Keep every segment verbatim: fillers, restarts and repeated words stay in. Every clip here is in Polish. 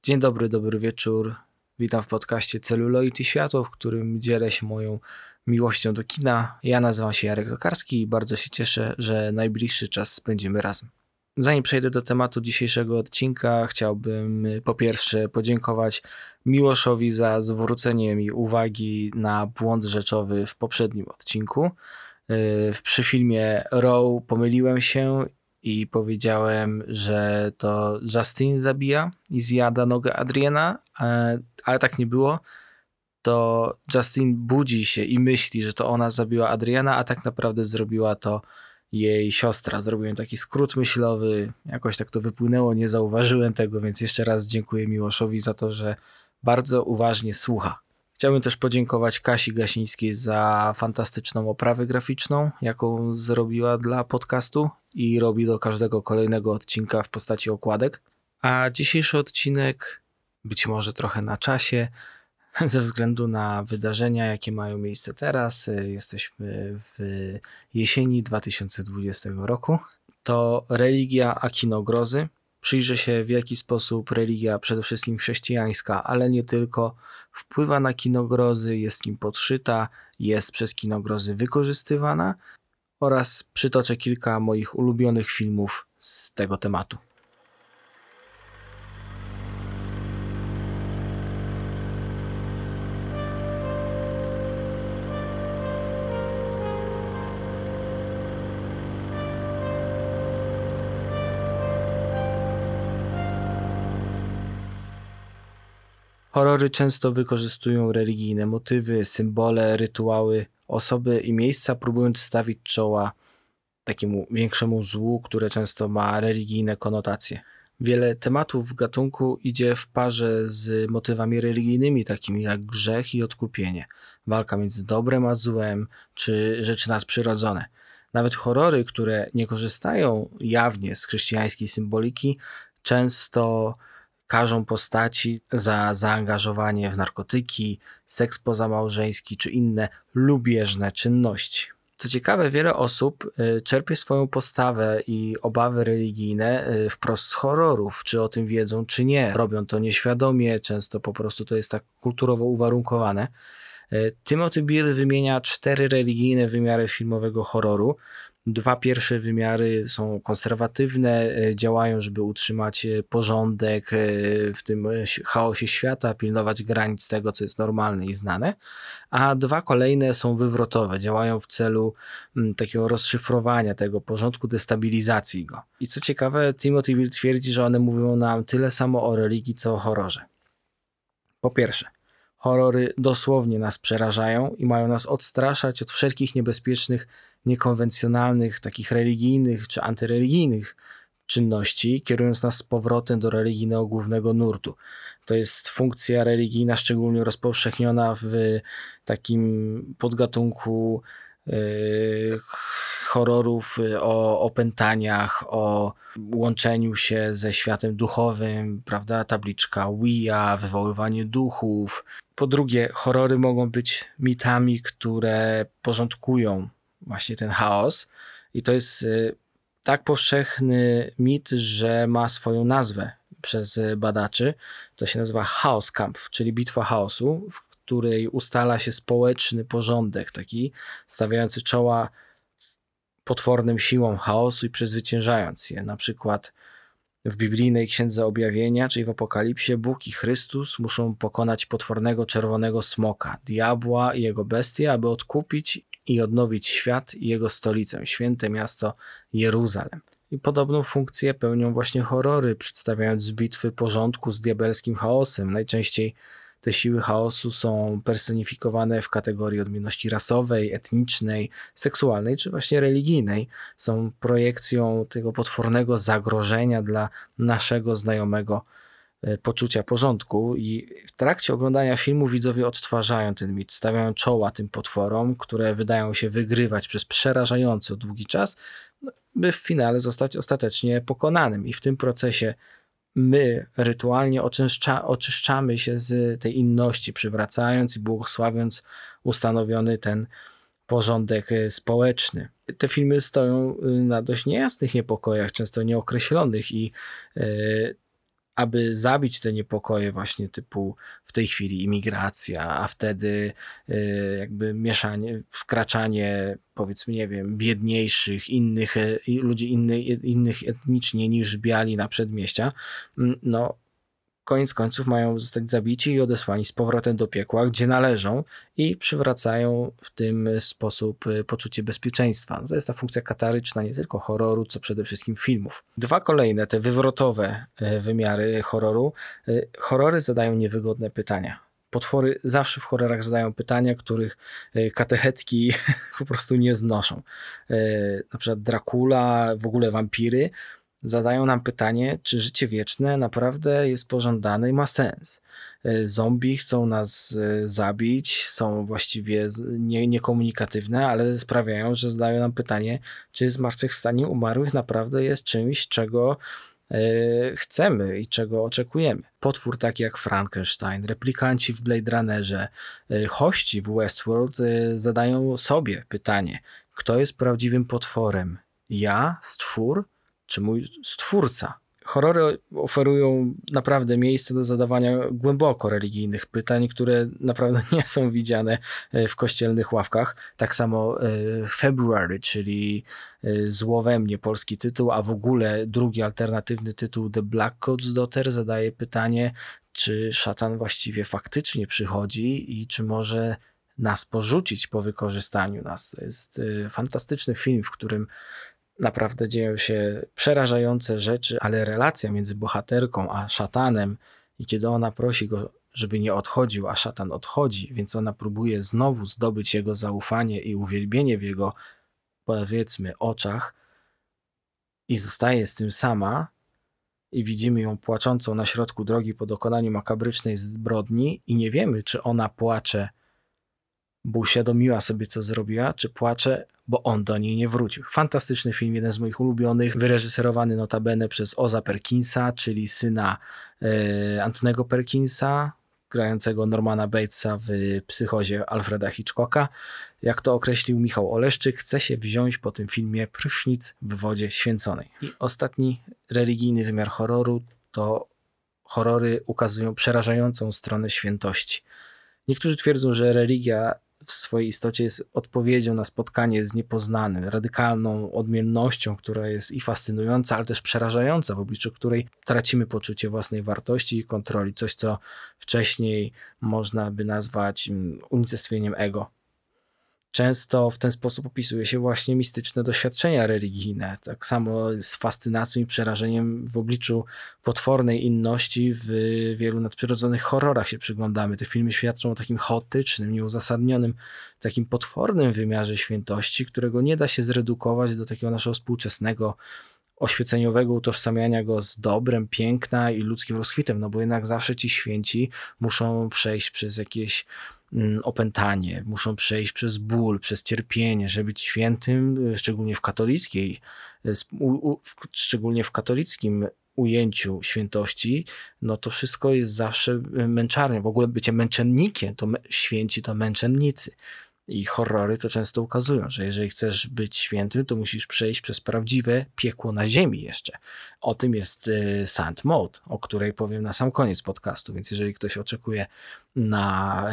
Dzień dobry, dobry wieczór. Witam w podcaście Celuloid i Światło, w którym dzielę się moją miłością do kina. Ja nazywam się Jarek Tokarski i bardzo się cieszę, że najbliższy czas spędzimy razem. Zanim przejdę do tematu dzisiejszego odcinka, chciałbym po pierwsze podziękować Miłoszowi za zwrócenie mi uwagi na błąd rzeczowy w poprzednim odcinku. Przy filmie Row pomyliłem się i powiedziałem, że to Justine zabija i zjada nogę Adriana, ale tak nie było. To Justine budzi się i myśli, że to ona zabiła Adriana, a tak naprawdę zrobiła to jej siostra. Zrobiłem taki skrót myślowy, jakoś tak to wypłynęło, nie zauważyłem tego, więc jeszcze raz dziękuję Miłoszowi za to, że bardzo uważnie słucha. Chciałbym też podziękować Kasi Gasińskiej za fantastyczną oprawę graficzną, jaką zrobiła dla podcastu i robi do każdego kolejnego odcinka w postaci okładek. A dzisiejszy odcinek być może trochę na czasie, ze względu na wydarzenia, jakie mają miejsce teraz. Jesteśmy w jesieni dwa tysiące dwudziestego roku. To religia a kino grozy. Przyjrzę się, w jaki sposób religia, przede wszystkim chrześcijańska, ale nie tylko, wpływa na kino grozy, jest nim podszyta, jest przez kino grozy wykorzystywana oraz przytoczę kilka moich ulubionych filmów z tego tematu. Horrory często wykorzystują religijne motywy, symbole, rytuały, osoby i miejsca, próbując stawić czoła takiemu większemu złu, które często ma religijne konotacje. Wiele tematów w gatunku idzie w parze z motywami religijnymi, takimi jak grzech i odkupienie, walka między dobrem a złem, czy rzeczy nadprzyrodzone. Nawet horrory, które nie korzystają jawnie z chrześcijańskiej symboliki, często karzą postaci za zaangażowanie w narkotyki, seks pozamałżeński czy inne lubieżne czynności. Co ciekawe, wiele osób czerpie swoją postawę i obawy religijne wprost z horrorów, czy o tym wiedzą, czy nie. Robią to nieświadomie, często po prostu to jest tak kulturowo uwarunkowane. Timothy Beale wymienia cztery religijne wymiary filmowego horroru. Dwa pierwsze wymiary są konserwatywne, działają, żeby utrzymać porządek w tym chaosie świata, pilnować granic tego, co jest normalne i znane, a dwa kolejne są wywrotowe, działają w celu takiego rozszyfrowania tego porządku, destabilizacji go. I co ciekawe, Timothy Beale twierdzi, że one mówią nam tyle samo o religii, co o horrorze. Po pierwsze, horrory dosłownie nas przerażają i mają nas odstraszać od wszelkich niebezpiecznych, niekonwencjonalnych, takich religijnych czy antyreligijnych czynności, kierując nas z powrotem do religijnego głównego nurtu. To jest funkcja religijna szczególnie rozpowszechniona w takim podgatunku yy, horrorów o opętaniach, o łączeniu się ze światem duchowym, prawda, tabliczka Ouija, wywoływanie duchów. Po drugie, horrory mogą być mitami, które porządkują właśnie ten chaos i to jest y, tak powszechny mit, że ma swoją nazwę przez badaczy. To się nazywa Chaoskampf, czyli bitwa chaosu, w której ustala się społeczny porządek, taki stawiający czoła potwornym siłom chaosu i przezwyciężając je. Na przykład w biblijnej Księdze Objawienia, czyli w Apokalipsie, Bóg i Chrystus muszą pokonać potwornego czerwonego smoka, diabła i jego bestię, aby odkupić i odnowić świat i jego stolicę, święte miasto Jeruzalem. I podobną funkcję pełnią właśnie horrory, przedstawiając bitwy porządku z diabelskim chaosem. Najczęściej te siły chaosu są personifikowane w kategorii odmienności rasowej, etnicznej, seksualnej czy właśnie religijnej. Są projekcją tego potwornego zagrożenia dla naszego znajomego poczucia porządku i w trakcie oglądania filmu widzowie odtwarzają ten mit, stawiają czoła tym potworom, które wydają się wygrywać przez przerażająco długi czas, by w finale zostać ostatecznie pokonanym. I w tym procesie my rytualnie oczyszcza, oczyszczamy się z tej inności, przywracając i błogosławiąc ustanowiony ten porządek społeczny. Te filmy stoją na dość niejasnych niepokojach, często nieokreślonych i yy, aby zabić te niepokoje właśnie typu w tej chwili imigracja, a wtedy y, jakby mieszanie, wkraczanie powiedzmy, nie wiem, biedniejszych, innych y, ludzi inny, innych etnicznie niż biali na przedmieścia, no koniec końców mają zostać zabici i odesłani z powrotem do piekła, gdzie należą i przywracają w tym sposób poczucie bezpieczeństwa. To jest ta funkcja kataryczna nie tylko horroru, co przede wszystkim filmów. Dwa kolejne, te wywrotowe wymiary horroru. Horrory zadają niewygodne pytania. Potwory zawsze w horrorach zadają pytania, których katechetki po prostu nie znoszą. Na przykład Dracula, w ogóle wampiry zadają nam pytanie, czy życie wieczne naprawdę jest pożądane i ma sens. Zombie chcą nas zabić, są właściwie nie, niekomunikatywne, ale sprawiają, że zadają nam pytanie, czy zmartwychwstanie umarłych naprawdę jest czymś, czego chcemy i czego oczekujemy. Potwór taki jak Frankenstein, replikanci w Blade Runnerze, hości w Westworld zadają sobie pytanie, kto jest prawdziwym potworem? Ja, stwór, czy mój stwórca? Horrory oferują naprawdę miejsce do zadawania głęboko religijnych pytań, które naprawdę nie są widziane w kościelnych ławkach. Tak samo February, czyli Zło we mnie, polski tytuł, a w ogóle drugi alternatywny tytuł The Black Coat's Daughter zadaje pytanie, czy szatan właściwie faktycznie przychodzi i czy może nas porzucić po wykorzystaniu nas. To jest fantastyczny film, w którym naprawdę dzieją się przerażające rzeczy, ale relacja między bohaterką a szatanem i kiedy ona prosi go, żeby nie odchodził, a szatan odchodzi, więc ona próbuje znowu zdobyć jego zaufanie i uwielbienie w jego, powiedzmy, oczach i zostaje z tym sama i widzimy ją płaczącą na środku drogi po dokonaniu makabrycznej zbrodni i nie wiemy, czy ona płacze, bo uświadomiła sobie, co zrobiła, czy płacze, bo on do niej nie wrócił. Fantastyczny film, jeden z moich ulubionych, wyreżyserowany notabene przez Oza Perkinsa, czyli syna e, Antonego Perkinsa, grającego Normana Batesa w Psychozie Alfreda Hitchcocka. Jak to określił Michał Oleszczyk, chce się wziąć po tym filmie prysznic w wodzie święconej. I ostatni religijny wymiar horroru to horrory ukazują przerażającą stronę świętości. Niektórzy twierdzą, że religia w swojej istocie jest odpowiedzią na spotkanie z niepoznanym, radykalną odmiennością, która jest i fascynująca, ale też przerażająca, w obliczu której tracimy poczucie własnej wartości i kontroli. Coś, co wcześniej można by nazwać unicestwieniem ego. Często w ten sposób opisuje się właśnie mistyczne doświadczenia religijne. Tak samo z fascynacją i przerażeniem w obliczu potwornej inności w wielu nadprzyrodzonych horrorach się przyglądamy. Te filmy świadczą o takim chaotycznym, nieuzasadnionym, takim potwornym wymiarze świętości, którego nie da się zredukować do takiego naszego współczesnego, oświeceniowego utożsamiania go z dobrem, piękna i ludzkim rozkwitem, no bo jednak zawsze ci święci muszą przejść przez jakieś opętanie, muszą przejść przez ból, przez cierpienie, żeby być świętym, szczególnie w katolickiej, szczególnie w katolickim ujęciu świętości, no to wszystko jest zawsze męczarnią. W ogóle bycie męczennikiem, to święci to męczennicy. I horrory to często ukazują, że jeżeli chcesz być świętym, to musisz przejść przez prawdziwe piekło na ziemi jeszcze. O tym jest Saint Maud, o której powiem na sam koniec podcastu, więc jeżeli ktoś oczekuje na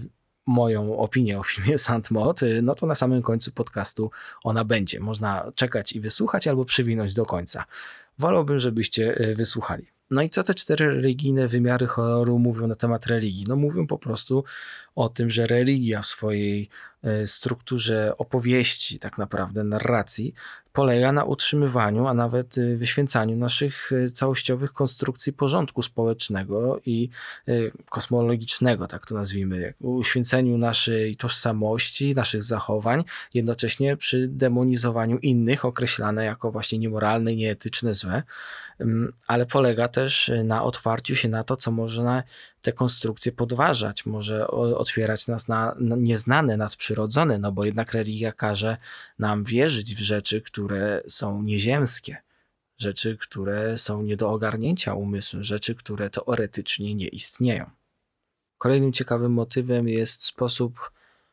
moją opinię o filmie Saint Maud, no to na samym końcu podcastu ona będzie. Można czekać i wysłuchać albo przywinąć do końca. Wolałbym, żebyście wysłuchali. No i co te cztery religijne wymiary horroru mówią na temat religii? No mówią po prostu o tym, że religia w swojej strukturze opowieści, tak naprawdę narracji, polega na utrzymywaniu, a nawet wyświęcaniu naszych całościowych konstrukcji porządku społecznego i kosmologicznego, tak to nazwijmy, uświęceniu naszej tożsamości, naszych zachowań, jednocześnie przy demonizowaniu innych, określane jako właśnie niemoralne, nieetyczne, złe, ale polega też na otwarciu się na to, co można te konstrukcje podważać, może otwierać nas na nieznane, nadprzyrodzone, no bo jednak religia każe nam wierzyć w rzeczy, które są nieziemskie, rzeczy, które są nie do ogarnięcia umysłem, rzeczy, które teoretycznie nie istnieją. Kolejnym ciekawym motywem jest sposób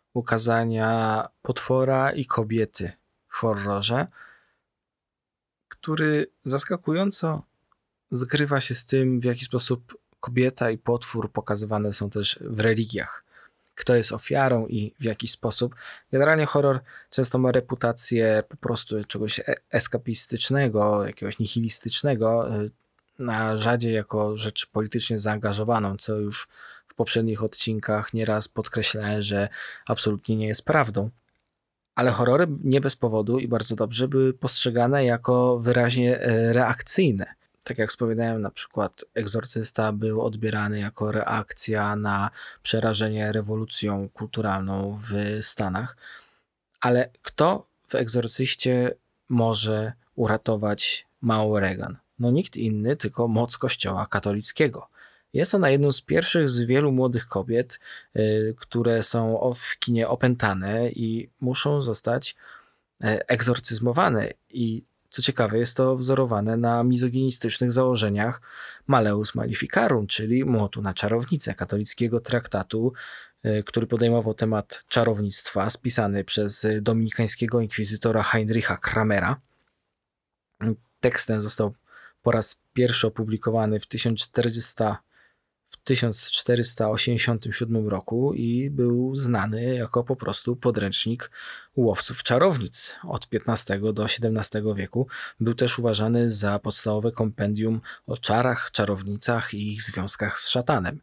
ukazania potwora i kobiety w horrorze, który zaskakująco zgrywa się z tym, w jaki sposób kobieta i potwór pokazywane są też w religiach. Kto jest ofiarą i w jaki sposób. Generalnie horror często ma reputację po prostu czegoś eskapistycznego, jakiegoś nihilistycznego, a rzadziej jako rzecz politycznie zaangażowaną, co już w poprzednich odcinkach nieraz podkreślałem, że absolutnie nie jest prawdą. Ale horrory nie bez powodu i bardzo dobrze były postrzegane jako wyraźnie reakcyjne. Tak jak wspominałem, na przykład Egzorcysta był odbierany jako reakcja na przerażenie rewolucją kulturalną w Stanach. Ale kto w Egzorcyście może uratować małą Regan? No nikt inny, tylko moc Kościoła katolickiego. Jest ona jedną z pierwszych z wielu młodych kobiet, y, które są w kinie opętane i muszą zostać egzorcyzmowane. I co ciekawe, jest to wzorowane na mizoginistycznych założeniach Malleus Maleficarum, czyli młotu na czarownicę, katolickiego traktatu, y, który podejmował temat czarownictwa, spisany przez dominikańskiego inkwizytora Heinricha Kramera. Tekst ten został po raz pierwszy opublikowany w tysiąc czterysta osiemdziesiątym siódmym roku i był znany jako po prostu podręcznik łowców czarownic od piętnastego do siedemnastego wieku. Był też uważany za podstawowe kompendium o czarach, czarownicach i ich związkach z szatanem.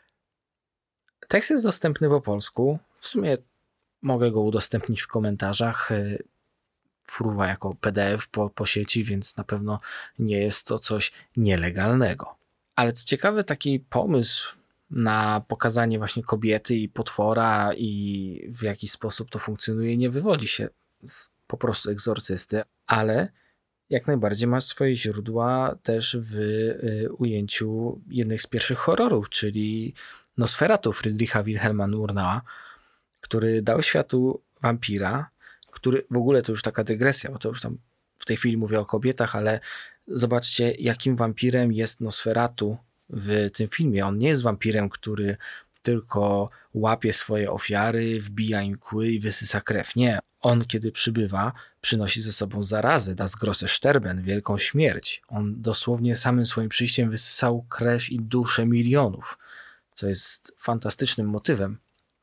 Tekst jest dostępny po polsku. W sumie mogę go udostępnić w komentarzach. Fruwa jako P D F po, po sieci, więc na pewno nie jest to coś nielegalnego. Ale co ciekawe, taki pomysł na pokazanie właśnie kobiety i potwora i w jaki sposób to funkcjonuje nie wywodzi się z po prostu Egzorcysty, ale jak najbardziej ma swoje źródła też w y, ujęciu jednych z pierwszych horrorów, czyli Nosferatu Friedricha Wilhelma Murnau, który dał światu wampira, który w ogóle to już taka dygresja, bo to już tam w tej chwili mówię o kobietach, ale zobaczcie, jakim wampirem jest Nosferatu w tym filmie. On nie jest wampirem, który tylko łapie swoje ofiary, wbija im kły i wysysa krew. Nie. On, kiedy przybywa, przynosi ze sobą zarazę, das große Sterben, wielką śmierć. On dosłownie samym swoim przyjściem wysysał krew i dusze milionów, co jest fantastycznym motywem.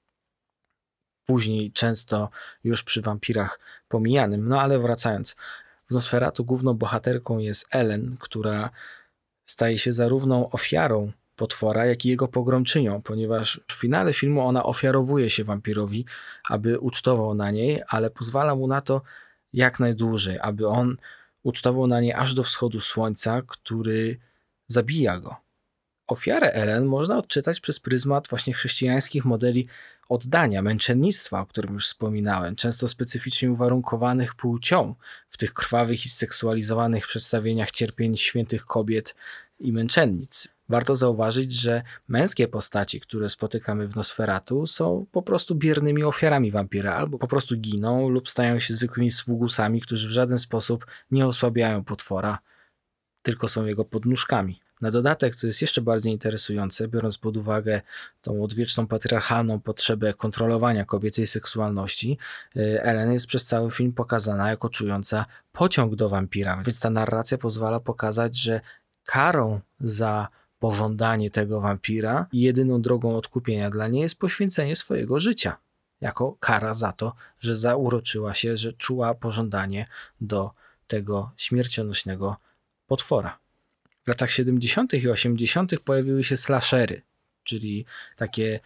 Później często już przy wampirach pomijanym. No ale wracając, w Nosferatu główną bohaterką jest Ellen, która staje się zarówno ofiarą potwora, jak i jego pogromczynią, ponieważ w finale filmu ona ofiarowuje się wampirowi, aby ucztował na niej, ale pozwala mu na to jak najdłużej, aby on ucztował na niej aż do wschodu słońca, który zabija go. Ofiarę Ellen można odczytać przez pryzmat właśnie chrześcijańskich modeli oddania, męczennictwa, o którym już wspominałem, często specyficznie uwarunkowanych płcią w tych krwawych i seksualizowanych przedstawieniach cierpień świętych kobiet i męczennic. Warto zauważyć, że męskie postaci, które spotykamy w Nosferatu, są po prostu biernymi ofiarami wampira, albo po prostu giną lub stają się zwykłymi sługusami, którzy w żaden sposób nie osłabiają potwora, tylko są jego podnóżkami. Na dodatek, co jest jeszcze bardziej interesujące, biorąc pod uwagę tą odwieczną patriarchalną potrzebę kontrolowania kobiecej seksualności, Ellen jest przez cały film pokazana jako czująca pociąg do wampira, więc ta narracja pozwala pokazać, że karą za pożądanie tego wampira i jedyną drogą odkupienia dla niej jest poświęcenie swojego życia, jako kara za to, że zauroczyła się, że czuła pożądanie do tego śmiercionośnego potwora. W latach siedemdziesiątych i osiemdziesiątych pojawiły się slashery, czyli takie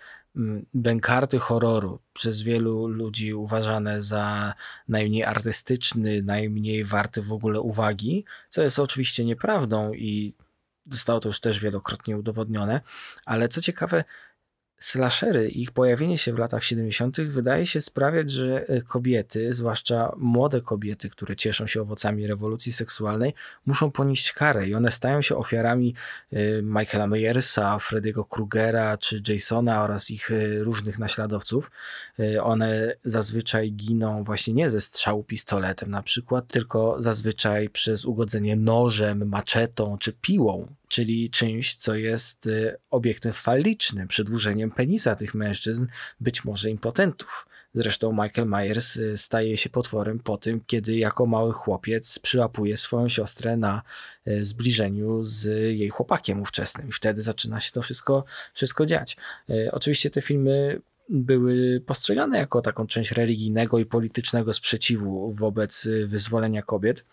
bękarty horroru, przez wielu ludzi uważane za najmniej artystyczny, najmniej warty w ogóle uwagi, co jest oczywiście nieprawdą i zostało to już też wielokrotnie udowodnione, ale co ciekawe, slashery, ich pojawienie się w latach siedemdziesiątych wydaje się sprawiać, że kobiety, zwłaszcza młode kobiety, które cieszą się owocami rewolucji seksualnej, muszą ponieść karę i one stają się ofiarami Michaela Myersa, Freddy'ego Krugera czy Jasona oraz ich różnych naśladowców. One zazwyczaj giną właśnie nie ze strzału pistoletem na przykład, tylko zazwyczaj przez ugodzenie nożem, maczetą czy piłą, czyli czymś, co jest obiektem fallicznym, przedłużeniem penisa tych mężczyzn, być może impotentów. Zresztą Michael Myers staje się potworem po tym, kiedy jako mały chłopiec przyłapuje swoją siostrę na zbliżeniu z jej chłopakiem ówczesnym i wtedy zaczyna się to wszystko, wszystko dziać. Oczywiście te filmy były postrzegane jako taką część religijnego i politycznego sprzeciwu wobec wyzwolenia kobiet.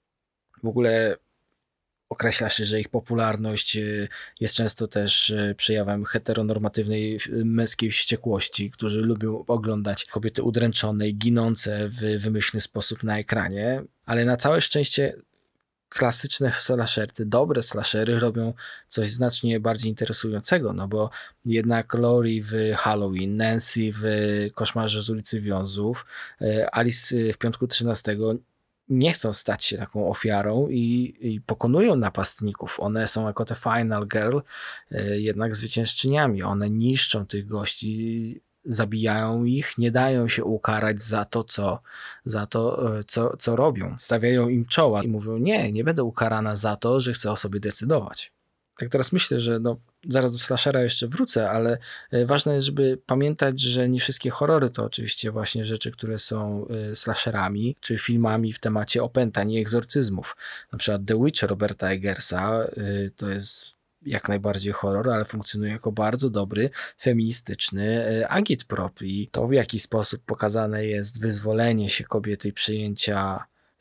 W ogóle określa się, że ich popularność jest często też przejawem heteronormatywnej męskiej wściekłości, którzy lubią oglądać kobiety udręczone i ginące w wymyślny sposób na ekranie, ale na całe szczęście klasyczne slashery, te dobre slashery robią coś znacznie bardziej interesującego, no bo jednak Laurie w Halloween, Nancy w Koszmarze z ulicy Wiązów, Alice w Piątku trzynastego nie chcą stać się taką ofiarą i, i pokonują napastników. One są jako te final girl jednak zwyciężczyniami. One niszczą tych gości, zabijają ich, nie dają się ukarać za to, co, za to, co, co robią. Stawiają im czoła i mówią, nie, nie będę ukarana za to, że chcę o sobie decydować. Tak teraz myślę, że no, zaraz do slashera jeszcze wrócę, ale ważne jest, żeby pamiętać, że nie wszystkie horrory to oczywiście właśnie rzeczy, które są slasherami, czy filmami w temacie opętań i egzorcyzmów. Na przykład The Witch Roberta Eggersa to jest jak najbardziej horror, ale funkcjonuje jako bardzo dobry, feministyczny agitprop i to, w jaki sposób pokazane jest wyzwolenie się kobiety i przejęcia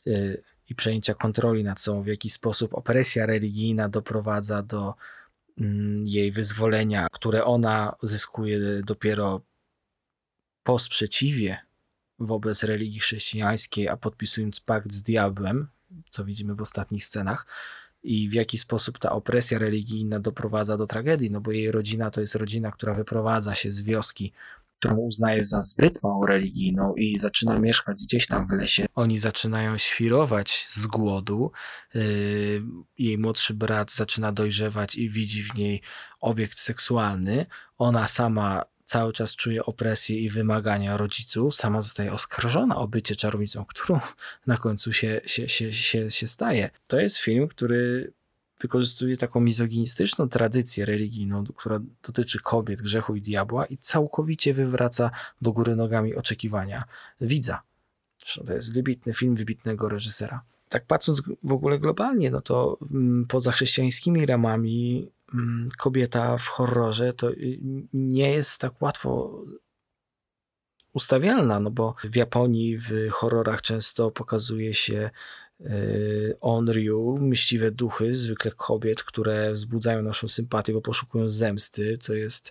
i przejęcia kontroli nad sobą, w jaki sposób opresja religijna doprowadza do mm, jej wyzwolenia, które ona zyskuje dopiero po sprzeciwie wobec religii chrześcijańskiej, a podpisując pakt z diabłem, co widzimy w ostatnich scenach, i w jaki sposób ta opresja religijna doprowadza do tragedii, no bo jej rodzina to jest rodzina, która wyprowadza się z wioski, którą uznaje za zbyt mało religijną i zaczyna mieszkać gdzieś tam w lesie. Oni zaczynają świrować z głodu. Jej młodszy brat zaczyna dojrzewać i widzi w niej obiekt seksualny. Ona sama cały czas czuje opresję i wymagania rodziców. Sama zostaje oskarżona o bycie czarownicą, którą na końcu się, się, się, się, się staje. To jest film, który wykorzystuje taką mizoginistyczną tradycję religijną, która dotyczy kobiet, grzechu i diabła i całkowicie wywraca do góry nogami oczekiwania widza. Zresztą to jest wybitny film wybitnego reżysera. Tak patrząc w ogóle globalnie, no to mm, poza chrześcijańskimi ramami mm, kobieta w horrorze to nie jest tak łatwo ustawialna, no bo w Japonii w horrorach często pokazuje się onryu, mściwe duchy, zwykle kobiet, które wzbudzają naszą sympatię, bo poszukują zemsty, co jest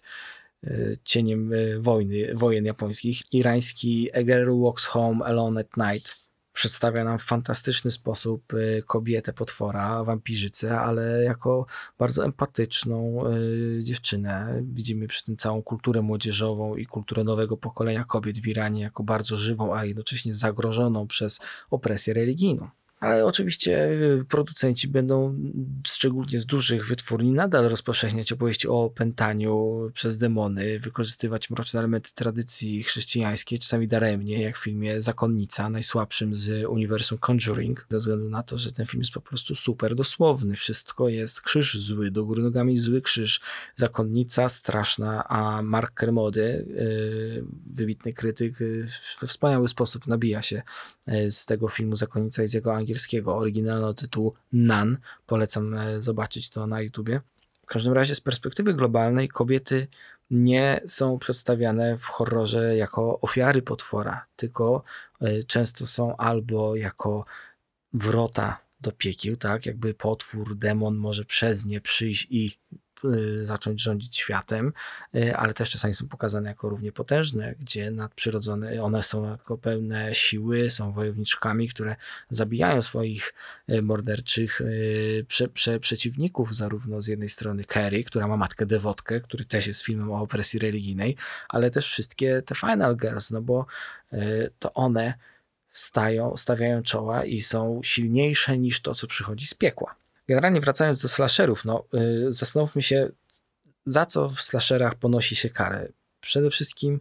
cieniem wojny, wojen japońskich. Irański Egeru Walks Home Alone at Night przedstawia nam w fantastyczny sposób kobietę potwora, wampirzycę, ale jako bardzo empatyczną dziewczynę. Widzimy przy tym całą kulturę młodzieżową i kulturę nowego pokolenia kobiet w Iranie jako bardzo żywą, a jednocześnie zagrożoną przez opresję religijną. Ale oczywiście producenci będą, szczególnie z dużych wytwórni, nadal rozpowszechniać opowieści o opętaniu przez demony, wykorzystywać mroczne elementy tradycji chrześcijańskiej, czasami daremnie, jak w filmie Zakonnica, najsłabszym z uniwersum Conjuring, ze względu na to, że ten film jest po prostu super dosłowny. Wszystko jest krzyż zły, do góry nogami zły krzyż. Zakonnica straszna, a Mark Kermody, wybitny krytyk, we wspaniały sposób nabija się z tego filmu Zakonnica i z jego angielskiego oryginalnego tytułu Nun. Polecam zobaczyć to na YouTubie. W każdym razie z perspektywy globalnej kobiety nie są przedstawiane w horrorze jako ofiary potwora, tylko często są albo jako wrota do piekieł, tak jakby potwór, demon może przez nie przyjść i zacząć rządzić światem, ale też czasami są pokazane jako równie potężne, gdzie nadprzyrodzone, one są jako pełne siły, są wojowniczkami, które zabijają swoich morderczych prze, prze, przeciwników, zarówno z jednej strony Carrie, która ma matkę dewotkę, który też jest filmem o opresji religijnej, ale też wszystkie te Final Girls, no bo to one stają, stawiają czoła i są silniejsze niż to, co przychodzi z piekła. Generalnie wracając do slasherów, no, yy, zastanówmy się, za co w slasherach ponosi się karę. Przede wszystkim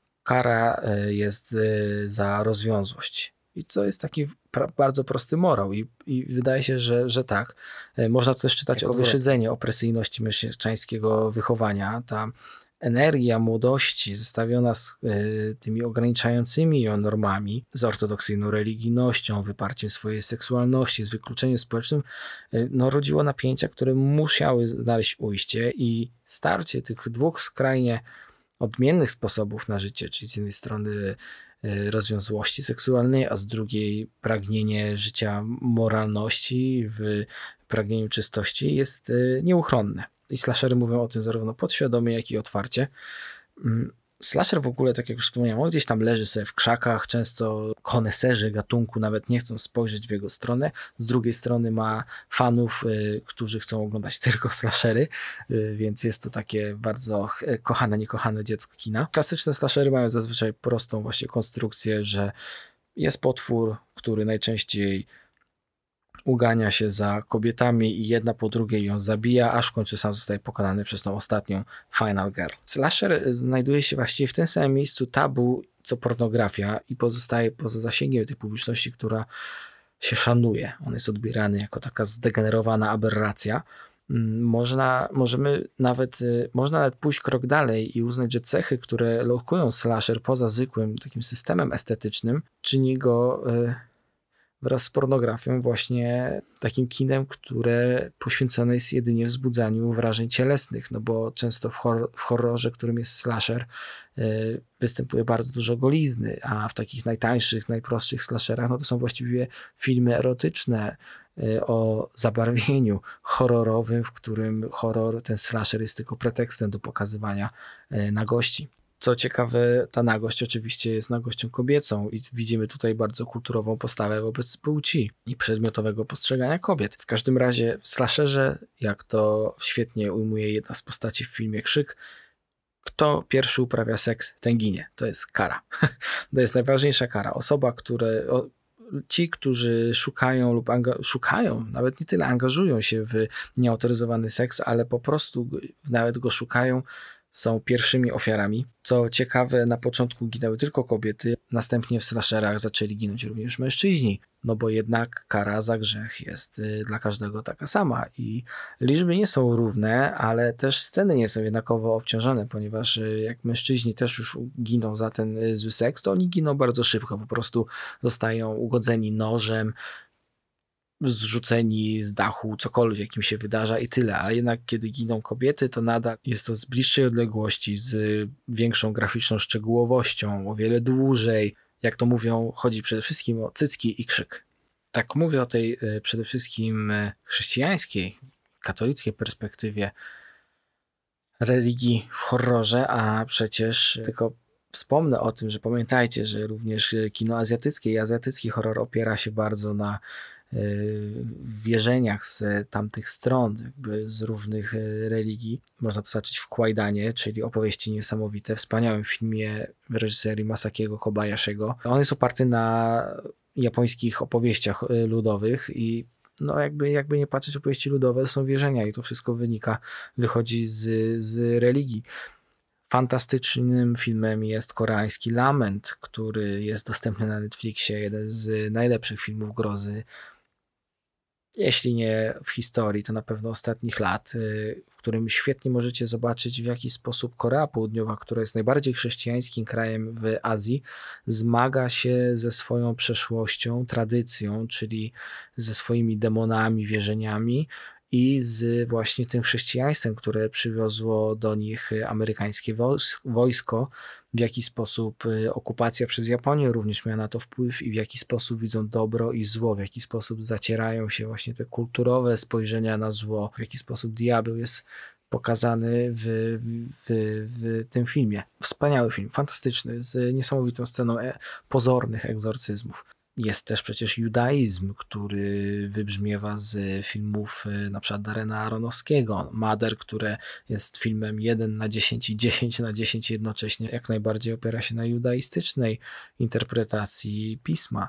kara yy, jest yy, za rozwiązłość. I co jest taki pra- bardzo prosty morał. I, i wydaje się, że, że tak. Yy, można to też czytać jako wyszydzenie opresyjności mężczyźniańskiego wychowania. Ta energia młodości zestawiona z y, tymi ograniczającymi ją normami, z ortodoksyjną religijnością, wyparciem swojej seksualności, z wykluczeniem społecznym, y, no, rodziło napięcia, które musiały znaleźć ujście i starcie tych dwóch skrajnie odmiennych sposobów na życie, czyli z jednej strony y, rozwiązłości seksualnej, a z drugiej pragnienie życia moralności, w pragnieniu czystości jest y, nieuchronne. I slashery mówią o tym zarówno podświadomie, jak i otwarcie. Slasher w ogóle, tak jak już wspomniałem, on gdzieś tam leży sobie w krzakach, często koneserzy gatunku nawet nie chcą spojrzeć w jego stronę. Z drugiej strony ma fanów, y, którzy chcą oglądać tylko slashery, y, więc jest to takie bardzo kochane, niekochane dziecko kina. Klasyczne slashery mają zazwyczaj prostą właśnie konstrukcję, że jest potwór, który najczęściej ugania się za kobietami i jedna po drugiej ją zabija, aż w końcu sam zostaje pokonany przez tą ostatnią Final Girl. Slasher znajduje się właściwie w tym samym miejscu tabu co pornografia i pozostaje poza zasięgiem tej publiczności, która się szanuje. On jest odbierany jako taka zdegenerowana aberracja. Można, możemy nawet, można nawet pójść krok dalej i uznać, że cechy, które lokują slasher poza zwykłym takim systemem estetycznym, czyni go wraz z pornografią właśnie takim kinem, które poświęcone jest jedynie wzbudzaniu wrażeń cielesnych, no bo często w, hor- w horrorze, którym jest slasher, yy, występuje bardzo dużo golizny, a w takich najtańszych, najprostszych slasherach no to są właściwie filmy erotyczne yy, o zabarwieniu horrorowym, w którym horror, ten slasher jest tylko pretekstem do pokazywania yy, nagości. Co ciekawe, ta nagość oczywiście jest nagością kobiecą i widzimy tutaj bardzo kulturową postawę wobec płci i przedmiotowego postrzegania kobiet. W każdym razie w slasherze, jak to świetnie ujmuje jedna z postaci w filmie Krzyk, kto pierwszy uprawia seks, ten ginie. To jest kara. To jest najważniejsza kara. Osoba, które... Ci, którzy szukają lub anga- szukają, nawet nie tyle angażują się w nieautoryzowany seks, ale po prostu nawet go szukają, są pierwszymi ofiarami. Co ciekawe, na początku ginęły tylko kobiety, następnie w slasherach zaczęli ginąć również mężczyźni, no bo jednak kara za grzech jest dla każdego taka sama i liczby nie są równe, ale też sceny nie są jednakowo obciążone, ponieważ jak mężczyźni też już giną za ten zły seks, to oni giną bardzo szybko, po prostu zostają ugodzeni nożem, zrzuceni z dachu, cokolwiek im się wydarza i tyle, ale jednak kiedy giną kobiety, to nadal jest to z bliższej odległości, z większą graficzną szczegółowością, o wiele dłużej. Jak to mówią, chodzi przede wszystkim o cycki i krzyk. Tak mówię o tej przede wszystkim chrześcijańskiej, katolickiej perspektywie religii w horrorze, a przecież tylko wspomnę o tym, że pamiętajcie, że również kino azjatyckie i azjatycki horror opiera się bardzo na wierzeniach z tamtych stron, jakby z różnych religii. Można to zobaczyć w Kwajdanie, czyli opowieści niesamowite, wspaniałym filmie w reżyserii Masakiego Kobayashiego. On jest oparty na japońskich opowieściach ludowych i no jakby, jakby nie patrzeć, opowieści ludowe są wierzenia i to wszystko wynika, wychodzi z, z religii. Fantastycznym filmem jest koreański Lament, który jest dostępny na Netflixie, jeden z najlepszych filmów grozy, jeśli nie w historii, to na pewno ostatnich lat, w którym świetnie możecie zobaczyć, w jaki sposób Korea Południowa, która jest najbardziej chrześcijańskim krajem w Azji, zmaga się ze swoją przeszłością, tradycją, czyli ze swoimi demonami, wierzeniami i z właśnie tym chrześcijaństwem, które przywiozło do nich amerykańskie wojsko, w jaki sposób okupacja przez Japonię również miała na to wpływ i w jaki sposób widzą dobro i zło, w jaki sposób zacierają się właśnie te kulturowe spojrzenia na zło, w jaki sposób diabeł jest pokazany w, w, w tym filmie. Wspaniały film, fantastyczny, z niesamowitą sceną pozornych egzorcyzmów. Jest też przecież judaizm, który wybrzmiewa z filmów na przykład Darrena Aronofskiego. Mother, które jest filmem jeden na dziesięć i dziesięć na dziesięć jednocześnie, jak najbardziej opiera się na judaistycznej interpretacji pisma.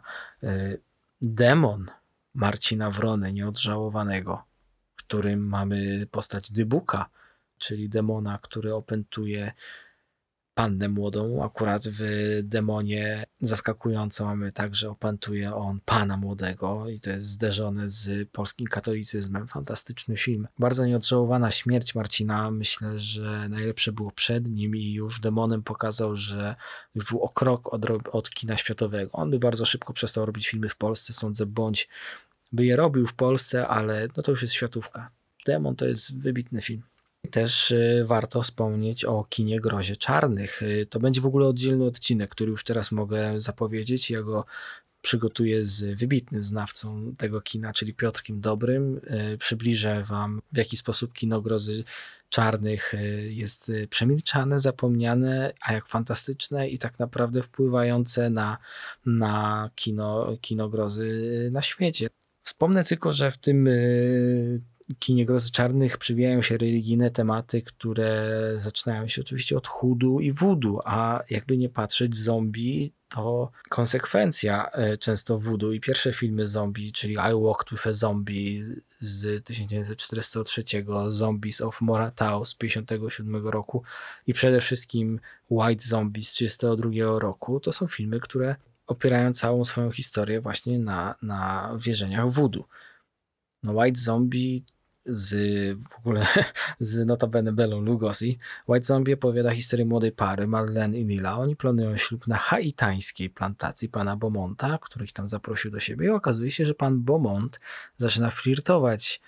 Demon Marcina Wrony, Nieodżałowanego, w którym mamy postać Dybuka, czyli demona, który opętuje pannę młodą. Akurat w Demonie zaskakująco mamy tak, że opętuje on pana młodego i to jest zderzone z polskim katolicyzmem. Fantastyczny film. Bardzo nieodżałowana śmierć Marcina. Myślę, że najlepsze było przed nim i już Demonem pokazał, że już był o krok od, od kina światowego. On by bardzo szybko przestał robić filmy w Polsce, sądzę, bądź by je robił w Polsce, ale no to już jest światówka. Demon to jest wybitny film. Też warto wspomnieć o kinie Grozie Czarnych. To będzie w ogóle oddzielny odcinek, który już teraz mogę zapowiedzieć. Ja go przygotuję z wybitnym znawcą tego kina, czyli Piotrkiem Dobrym. Przybliżę wam, w jaki sposób kino Grozy Czarnych jest przemilczane, zapomniane, a jak fantastyczne i tak naprawdę wpływające na, na kino, kino grozy na świecie. Wspomnę tylko, że w tym kinie Grozy Czarnych przywijają się religijne tematy, które zaczynają się oczywiście od hudu i wudu, a jakby nie patrzeć, zombie to konsekwencja często wudu i pierwsze filmy zombie, czyli I Walked with a Zombie z tysiąc dziewięćset czterdziestego trzeciego, Zombies of Moratau z pięćdziesiątego siódmego roku i przede wszystkim White Zombie z trzydziestego drugiego roku, to są filmy, które opierają całą swoją historię właśnie na, na wierzeniach wudu. No White Zombie z w ogóle z notabene Bellą Lugosi. White Zombie opowiada historię młodej pary Madeleine i Nila. Oni planują ślub na haitańskiej plantacji pana Beaumonta, który ich tam zaprosił do siebie i okazuje się, że pan Beaumont zaczyna flirtować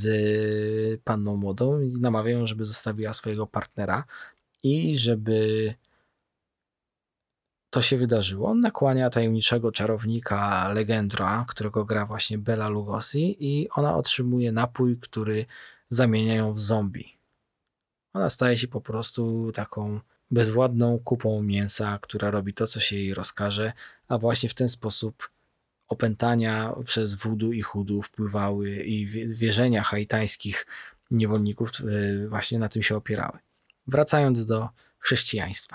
z panną młodą i namawia ją, żeby zostawiła swojego partnera i żeby to się wydarzyło. On nakłania tajemniczego czarownika Legendra, którego gra właśnie Bella Lugosi i ona otrzymuje napój, który zamienia ją w zombie. Ona staje się po prostu taką bezwładną kupą mięsa, która robi to, co się jej rozkaże, a właśnie w ten sposób opętania przez wudu i chudu wpływały i wierzenia haitańskich niewolników właśnie na tym się opierały. Wracając do chrześcijaństwa.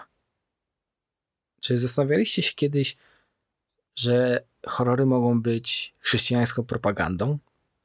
Czy zastanawialiście się kiedyś, że horrory mogą być chrześcijańską propagandą?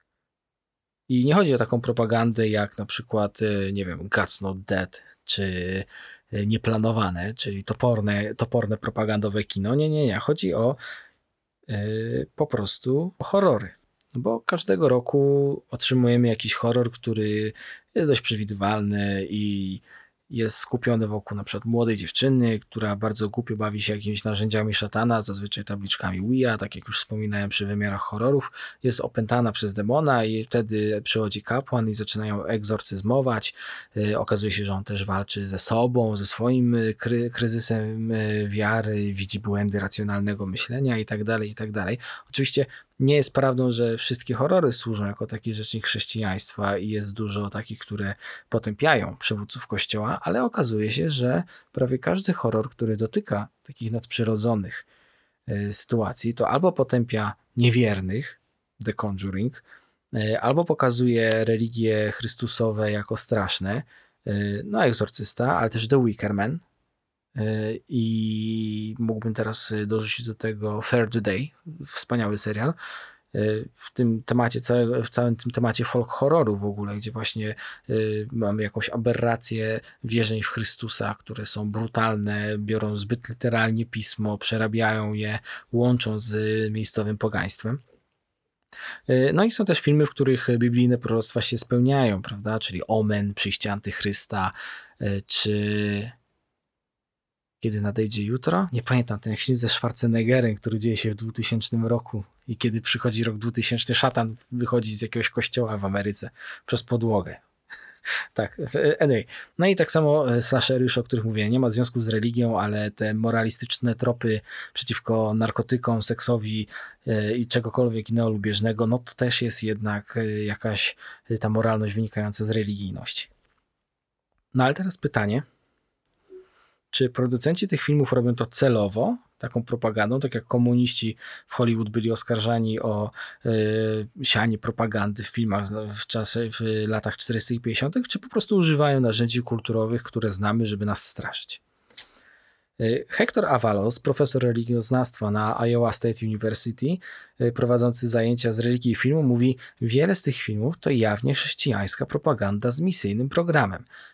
I nie chodzi o taką propagandę jak na przykład, nie wiem, God's Not Dead, czy Nieplanowane, czyli toporne, toporne propagandowe kino. Nie, nie, nie. Chodzi o yy, po prostu horrory. Bo każdego roku otrzymujemy jakiś horror, który jest dość przewidywalny i jest skupiony wokół na przykład młodej dziewczyny, która bardzo głupio bawi się jakimiś narzędziami szatana, zazwyczaj tabliczkami Ouija, tak jak już wspominałem przy wymiarach horrorów. Jest opętana przez demona i wtedy przychodzi kapłan i zaczynają egzorcyzmować. Yy, okazuje się, że on też walczy ze sobą, ze swoim kry- kryzysem wiary, widzi błędy racjonalnego myślenia i tak dalej, i tak dalej. Oczywiście nie jest prawdą, że wszystkie horrory służą jako taki rzecznik chrześcijaństwa i jest dużo takich, które potępiają przywódców kościoła, ale okazuje się, że prawie każdy horror, który dotyka takich nadprzyrodzonych y, sytuacji, to albo potępia niewiernych, The Conjuring, y, albo pokazuje religie chrystusowe jako straszne, y, no Egzorcysta, ale też The Wicker Man. I mógłbym teraz dorzucić do tego Fair Today, wspaniały serial w tym temacie, w całym tym temacie folk horroru w ogóle, gdzie właśnie mamy jakąś aberrację wierzeń w Chrystusa, które są brutalne, biorą zbyt literalnie pismo, przerabiają je, łączą z miejscowym pogaństwem. No i są też filmy, w których biblijne proroctwa się spełniają, prawda, czyli Omen, Przyjście Antychrysta, czy Kiedy nadejdzie jutro? Nie pamiętam, ten film ze Schwarzeneggerem, który dzieje się w dwutysięcznym roku i kiedy przychodzi rok dwutysięczny, szatan wychodzi z jakiegoś kościoła w Ameryce przez podłogę. Tak, anyway. No i tak samo slashery już, o których mówię, nie ma związku z religią, ale te moralistyczne tropy przeciwko narkotykom, seksowi i czegokolwiek innego lubieżnego, no to też jest jednak jakaś ta moralność wynikająca z religijności. No ale teraz pytanie, czy producenci tych filmów robią to celowo, taką propagandą, tak jak komuniści w Hollywood byli oskarżani o y, sianie propagandy w filmach w, czasie, w latach czterdziestych i pięćdziesiątych, czy po prostu używają narzędzi kulturowych, które znamy, żeby nas straszyć? Y, Hector Avalos, profesor religioznawstwa na Iowa State University, y, prowadzący zajęcia z religii i filmu, mówi: wiele z tych filmów to jawnie chrześcijańska propaganda z misyjnym programem.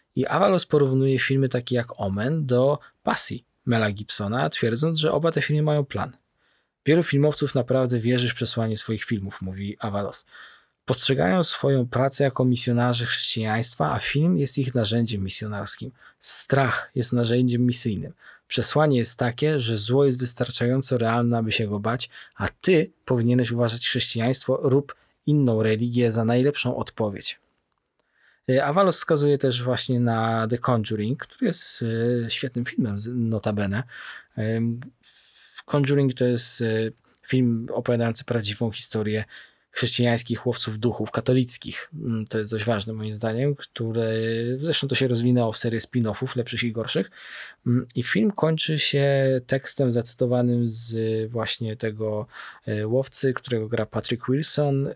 I Avalos porównuje filmy takie jak Omen do Pasji Mela Gibsona, twierdząc, że oba te filmy mają plan. Wielu filmowców naprawdę wierzy w przesłanie swoich filmów, mówi Avalos. Postrzegają swoją pracę jako misjonarze chrześcijaństwa, a film jest ich narzędziem misjonarskim. Strach jest narzędziem misyjnym. Przesłanie jest takie, że zło jest wystarczająco realne, aby się go bać, a ty powinieneś uważać chrześcijaństwo lub inną religię za najlepszą odpowiedź. Avalos wskazuje też właśnie na The Conjuring, który jest świetnym filmem, notabene. Conjuring to jest film opowiadający prawdziwą historię chrześcijańskich łowców duchów, katolickich. To jest dość ważne moim zdaniem, które zresztą to się rozwinęło w serię spin-offów, lepszych i gorszych. I film kończy się tekstem zacytowanym z właśnie tego łowcy, którego gra Patrick Wilson,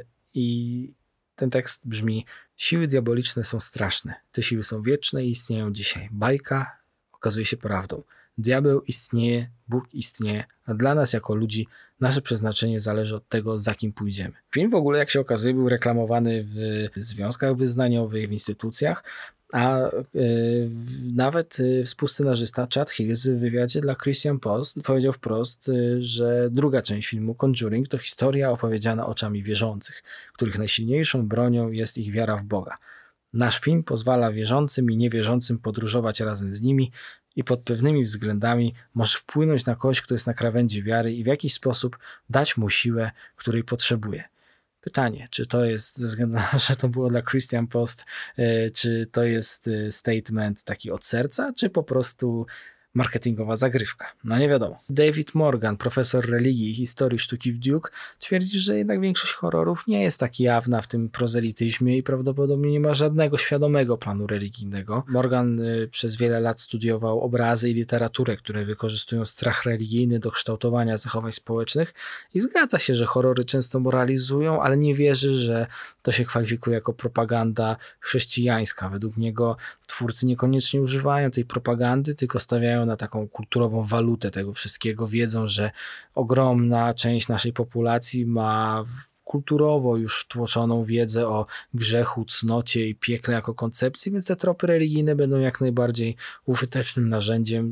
i ten tekst brzmi: siły diaboliczne są straszne. Te siły są wieczne i istnieją dzisiaj. Bajka okazuje się prawdą. Diabeł istnieje, Bóg istnieje, a dla nas jako ludzi nasze przeznaczenie zależy od tego, za kim pójdziemy. Film w ogóle, jak się okazuje, był reklamowany w związkach wyznaniowych, w instytucjach, a yy, nawet yy, współscenarzysta Chad Hills w wywiadzie dla Christian Post powiedział wprost, yy, że druga część filmu Conjuring to historia opowiedziana oczami wierzących, których najsilniejszą bronią jest ich wiara w Boga. Nasz film pozwala wierzącym i niewierzącym podróżować razem z nimi i pod pewnymi względami może wpłynąć na kogoś, kto jest na krawędzi wiary i w jakiś sposób dać mu siłę, której potrzebuje. Pytanie, czy to jest, ze względu na to, że to było dla Christian Post, czy to jest statement taki od serca, czy po prostu marketingowa zagrywka? No nie wiadomo. David Morgan, profesor religii i historii sztuki w Duke, twierdzi, że jednak większość horrorów nie jest tak jawna w tym prozelityzmie i prawdopodobnie nie ma żadnego świadomego planu religijnego. Morgan y, przez wiele lat studiował obrazy i literaturę, które wykorzystują strach religijny do kształtowania zachowań społecznych i zgadza się, że horrory często moralizują, ale nie wierzy, że to się kwalifikuje jako propaganda chrześcijańska. Według niego twórcy niekoniecznie używają tej propagandy, tylko stawiają na taką kulturową walutę tego wszystkiego. Wiedzą, że ogromna część naszej populacji ma kulturowo już wtłoczoną wiedzę o grzechu, cnocie i piekle jako koncepcji, więc te tropy religijne będą jak najbardziej użytecznym narzędziem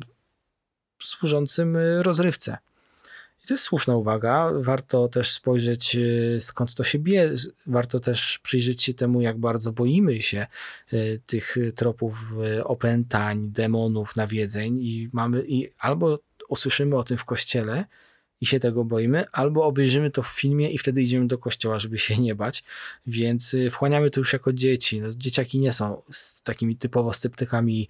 służącym rozrywce. I to jest słuszna uwaga. Warto też spojrzeć, skąd to się bierze. Warto też przyjrzeć się temu, jak bardzo boimy się tych tropów opętań, demonów, nawiedzeń i mamy i albo usłyszymy o tym w kościele i się tego boimy, albo obejrzymy to w filmie i wtedy idziemy do kościoła, żeby się nie bać. Więc wchłaniamy to już jako dzieci. No, dzieciaki nie są z takimi typowo sceptykami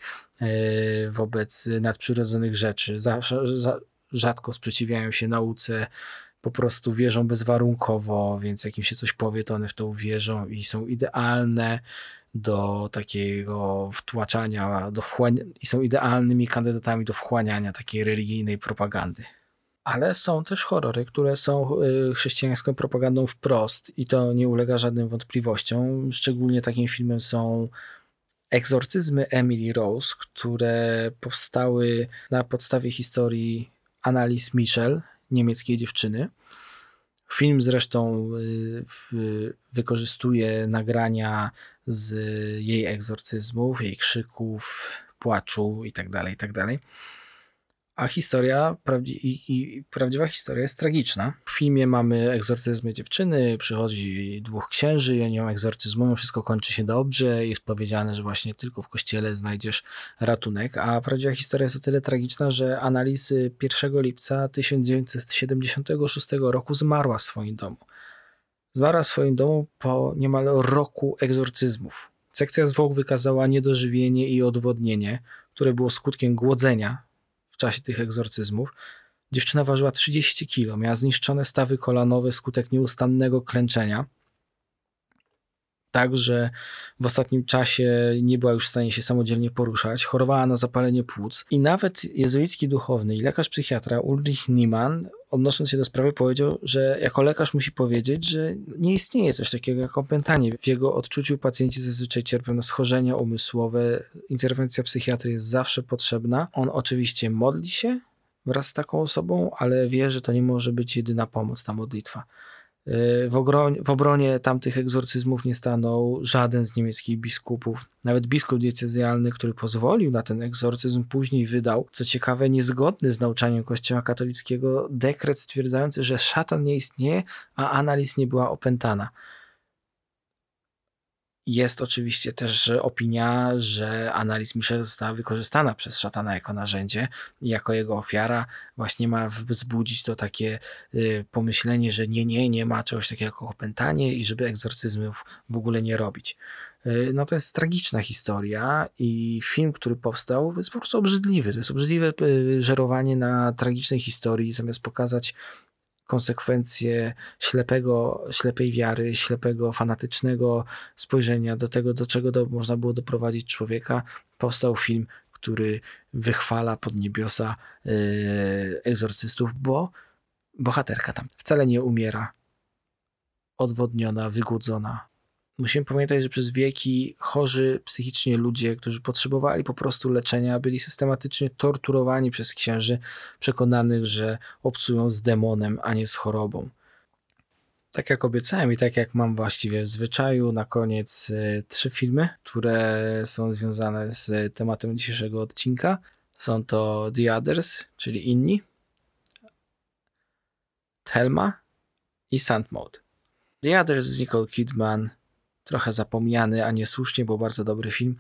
wobec nadprzyrodzonych rzeczy. Zawsze za, rzadko sprzeciwiają się nauce, po prostu wierzą bezwarunkowo, więc jak im się coś powie, to one w to uwierzą i są idealne do takiego wtłaczania, do wchłania- i są idealnymi kandydatami do wchłaniania takiej religijnej propagandy. Ale są też horrory, które są chrześcijańską propagandą wprost i to nie ulega żadnym wątpliwościom. Szczególnie takim filmem są Egzorcyzmy Emily Rose, które powstały na podstawie historii Annalise Michel, niemieckiej dziewczyny. Film zresztą w, wykorzystuje nagrania z jej egzorcyzmów, jej krzyków, płaczu itd., itd. A historia, prawdzi- i, i prawdziwa historia jest tragiczna. W filmie mamy egzorcyzmy dziewczyny, przychodzi dwóch księży i oni ją egzorcyzmują, wszystko kończy się dobrze, jest powiedziane, że właśnie tylko w kościele znajdziesz ratunek, a prawdziwa historia jest o tyle tragiczna, że Annalise pierwszego lipca tysiąc dziewięćset siedemdziesiątego szóstego roku zmarła w swoim domu. Zmarła w swoim domu po niemal roku egzorcyzmów. Sekcja zwłok wykazała niedożywienie i odwodnienie, które było skutkiem głodzenia w czasie tych egzorcyzmów. Dziewczyna ważyła trzydzieści kilo, miała zniszczone stawy kolanowe wskutek nieustannego klęczenia. Także w ostatnim czasie nie była już w stanie się samodzielnie poruszać, chorowała na zapalenie płuc i nawet jezuicki duchowny i lekarz psychiatra Ulrich Niemann, odnosząc się do sprawy, powiedział, że jako lekarz musi powiedzieć, że nie istnieje coś takiego jak opętanie. W jego odczuciu pacjenci zazwyczaj cierpią na schorzenia umysłowe, interwencja psychiatry jest zawsze potrzebna. On oczywiście modli się wraz z taką osobą, ale wie, że to nie może być jedyna pomoc, ta modlitwa. W, ogro- w obronie tamtych egzorcyzmów nie stanął żaden z niemieckich biskupów. Nawet biskup diecezjalny, który pozwolił na ten egzorcyzm, później wydał, co ciekawe, niezgodny z nauczaniem Kościoła katolickiego, dekret stwierdzający, że szatan nie istnieje, a Annelies nie była opętana. Jest oczywiście też opinia, że Annelies Michel została wykorzystana przez szatana jako narzędzie i jako jego ofiara właśnie ma wzbudzić to takie y, pomyślenie, że nie, nie, nie ma czegoś takiego jak opętanie i żeby egzorcyzmów w ogóle nie robić. Y, no to jest tragiczna historia i film, który powstał, jest po prostu obrzydliwy. To jest obrzydliwe y, żerowanie na tragicznej historii, zamiast pokazać konsekwencje ślepego, ślepej wiary, ślepego, fanatycznego spojrzenia do tego, do czego do, można było doprowadzić człowieka, powstał film, który wychwala pod niebiosa yy, egzorcystów, bo bohaterka tam wcale nie umiera odwodniona, wygłodzona. Musimy pamiętać, że przez wieki chorzy psychicznie ludzie, którzy potrzebowali po prostu leczenia, byli systematycznie torturowani przez księży, przekonanych, że obcują z demonem, a nie z chorobą. Tak jak obiecałem i tak jak mam właściwie w zwyczaju, na koniec y, trzy filmy, które są związane z tematem dzisiejszego odcinka. Są to The Others, czyli Inni, Thelma i Sandmode. The Others z Nicole Kidman, trochę zapomniany, a niesłusznie, bo bardzo dobry film.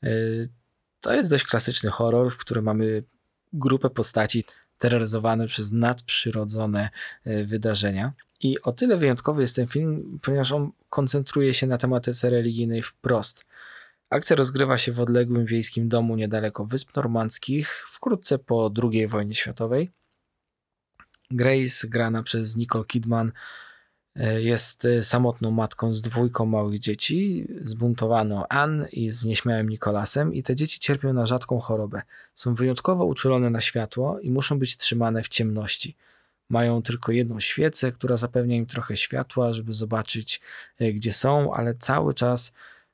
To jest dość klasyczny horror, w którym mamy grupę postaci terroryzowane przez nadprzyrodzone wydarzenia. I o tyle wyjątkowy jest ten film, ponieważ on koncentruje się na tematyce religijnej wprost. Akcja rozgrywa się w odległym wiejskim domu niedaleko Wysp Normandzkich, wkrótce po drugiej wojnie światowej. Grace, grana przez Nicole Kidman, jest samotną matką z dwójką małych dzieci, zbuntowaną Ann i z nieśmiałym Nicholasem, i te dzieci cierpią na rzadką chorobę. Są wyjątkowo uczulone na światło i muszą być trzymane w ciemności. Mają tylko jedną świecę, która zapewnia im trochę światła, żeby zobaczyć, gdzie są, ale cały czas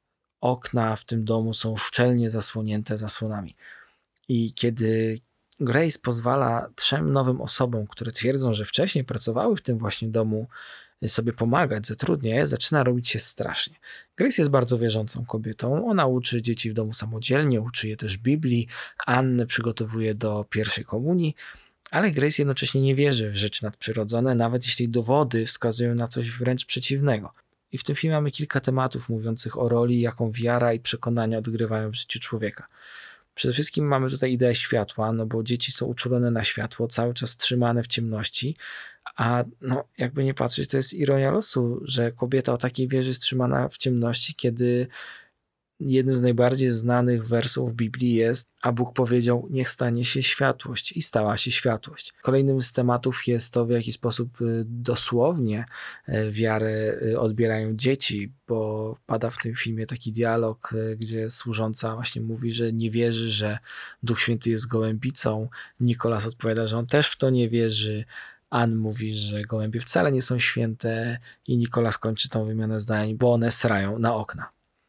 okna w tym domu są szczelnie zasłonięte zasłonami. I kiedy Grace pozwala trzem nowym osobom, które twierdzą, że wcześniej pracowały w tym właśnie domu, sobie pomagać, zatrudnia je, zaczyna robić się strasznie. Grace jest bardzo wierzącą kobietą. Ona uczy dzieci w domu samodzielnie, uczy je też Biblii, Annę przygotowuje do pierwszej komunii, ale Grace jednocześnie nie wierzy w rzeczy nadprzyrodzone, nawet jeśli dowody wskazują na coś wręcz przeciwnego. I w tym filmie mamy kilka tematów mówiących o roli, jaką wiara i przekonania odgrywają w życiu człowieka. Przede wszystkim mamy tutaj ideę światła, no bo dzieci są uczulone na światło, cały czas trzymane w ciemności, a no jakby nie patrzeć, to jest ironia losu, że kobieta o takiej wierze jest trzymana w ciemności, kiedy jednym z najbardziej znanych wersów Biblii jest: a Bóg powiedział, niech stanie się światłość, i stała się światłość. Kolejnym z tematów jest to, w jaki sposób dosłownie wiarę odbierają dzieci, bo pada w tym filmie taki dialog, gdzie służąca właśnie mówi, że nie wierzy, że Duch Święty jest gołębicą. Nicholas odpowiada, że on też w to nie wierzy. Ann mówi, że gołębie wcale nie są święte, i Nicholas kończy tą wymianę zdań, bo one srają na okna.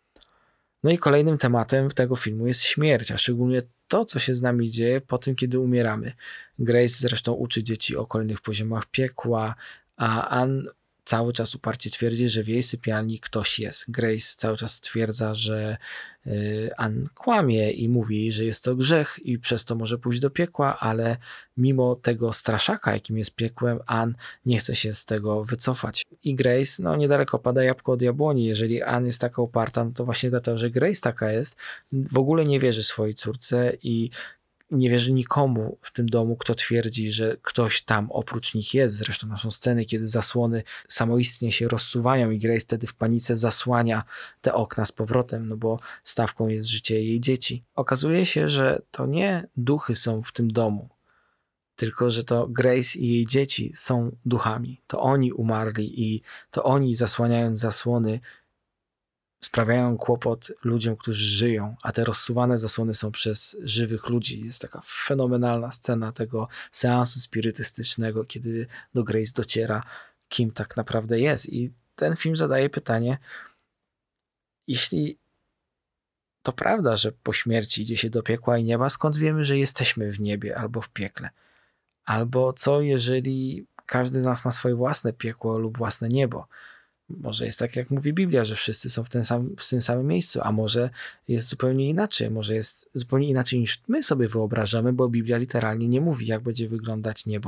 No i kolejnym tematem tego filmu jest śmierć, a szczególnie to, co się z nami dzieje po tym, kiedy umieramy. Grace zresztą uczy dzieci o kolejnych poziomach piekła, a Ann cały czas uparcie twierdzi, że w jej sypialni ktoś jest. Grace cały czas stwierdza, że yy, Ann kłamie i mówi, że jest to grzech i przez to może pójść do piekła, ale mimo tego straszaka, jakim jest piekłem, Ann nie chce się z tego wycofać. I Grace, no niedaleko pada jabłko od jabłoni. Jeżeli Ann jest taka uparta, no to właśnie dlatego, że Grace taka jest, w ogóle nie wierzy swojej córce i nie wierzy nikomu w tym domu, kto twierdzi, że ktoś tam oprócz nich jest. Zresztą tam są sceny, kiedy zasłony samoistnie się rozsuwają i Grace wtedy w panice zasłania te okna z powrotem, no bo stawką jest życie jej dzieci. Okazuje się, że to nie duchy są w tym domu, tylko że to Grace i jej dzieci są duchami. To oni umarli i to oni, zasłaniając zasłony, sprawiają kłopot ludziom, którzy żyją, a te rozsuwane zasłony są przez żywych ludzi. Jest taka fenomenalna scena tego seansu spirytystycznego, kiedy do Grace dociera, kim tak naprawdę jest. I ten film zadaje pytanie, jeśli to prawda, że po śmierci idzie się do piekła i nieba, skąd wiemy, że jesteśmy w niebie albo w piekle? Albo co, jeżeli każdy z nas ma swoje własne piekło lub własne niebo. Może jest tak, jak mówi Biblia, że wszyscy są w, ten sam, w tym samym miejscu, a może jest zupełnie inaczej, może jest zupełnie inaczej niż my sobie wyobrażamy, bo Biblia literalnie nie mówi, jak będzie wyglądać niebo.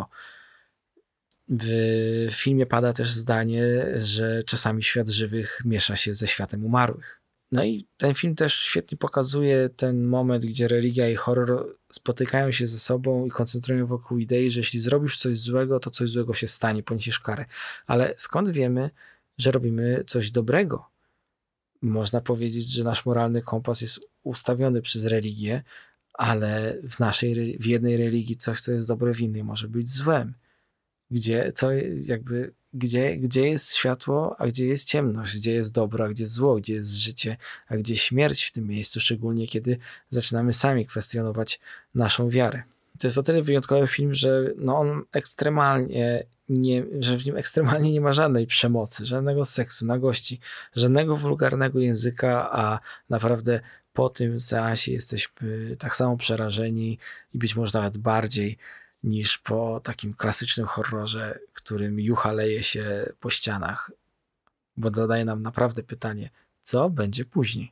W filmie pada też zdanie, że czasami świat żywych miesza się ze światem umarłych. No i ten film też świetnie pokazuje ten moment, gdzie religia i horror spotykają się ze sobą i koncentrują wokół idei, że jeśli zrobisz coś złego, to coś złego się stanie, poniesiesz karę. Ale skąd wiemy, że robimy coś dobrego? Można powiedzieć, że nasz moralny kompas jest ustawiony przez religię, ale w naszej, w jednej religii coś, co jest dobre, w innej może być złem. Gdzie, co, jakby, gdzie, gdzie jest światło, a gdzie jest ciemność, gdzie jest dobro, a gdzie jest zło, gdzie jest życie, a gdzie śmierć w tym miejscu, szczególnie kiedy zaczynamy sami kwestionować naszą wiarę. To jest o tyle wyjątkowy film, że no on ekstremalnie nie, że w nim ekstremalnie nie ma żadnej przemocy, żadnego seksu, nagości, żadnego wulgarnego języka, a naprawdę po tym seansie jesteśmy tak samo przerażeni i być może nawet bardziej niż po takim klasycznym horrorze, którym jucha leje się po ścianach, bo zadaje nam naprawdę pytanie, co będzie później.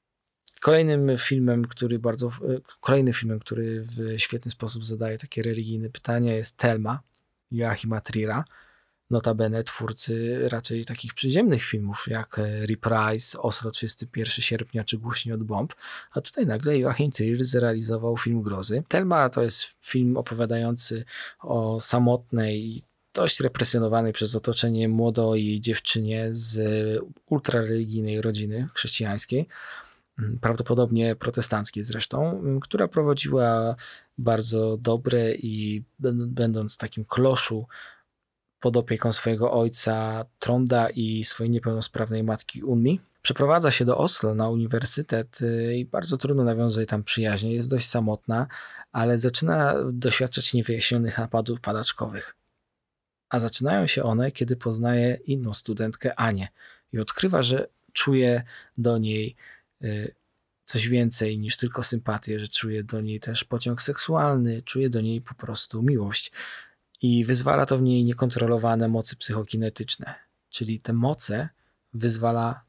Kolejnym filmem, który bardzo, kolejnym filmem, który w świetny sposób zadaje takie religijne pytania, jest Thelma Joachima Trier'a, notabene twórcy raczej takich przyziemnych filmów jak Reprise, Oslo trzydziestego pierwszego sierpnia czy Głośniej od bomb, a tutaj nagle Joachim Trier zrealizował film grozy. Thelma to jest film opowiadający o samotnej, dość represjonowanej przez otoczenie młodej dziewczynie z ultrareligijnej rodziny chrześcijańskiej, prawdopodobnie protestanckiej zresztą, która prowadziła bardzo dobre i będąc takim kloszu pod opieką swojego ojca Tronda i swojej niepełnosprawnej matki Unni. Przeprowadza się do Oslo na uniwersytet i bardzo trudno nawiązać tam przyjaźnie. Jest dość samotna, ale zaczyna doświadczać niewyjaśnionych napadów padaczkowych. A zaczynają się one, kiedy poznaje inną studentkę Anię i odkrywa, że czuje do niej coś więcej niż tylko sympatię, że czuje do niej też pociąg seksualny, czuje do niej po prostu miłość. I wyzwala to w niej niekontrolowane mocy psychokinetyczne. Czyli te moce wyzwala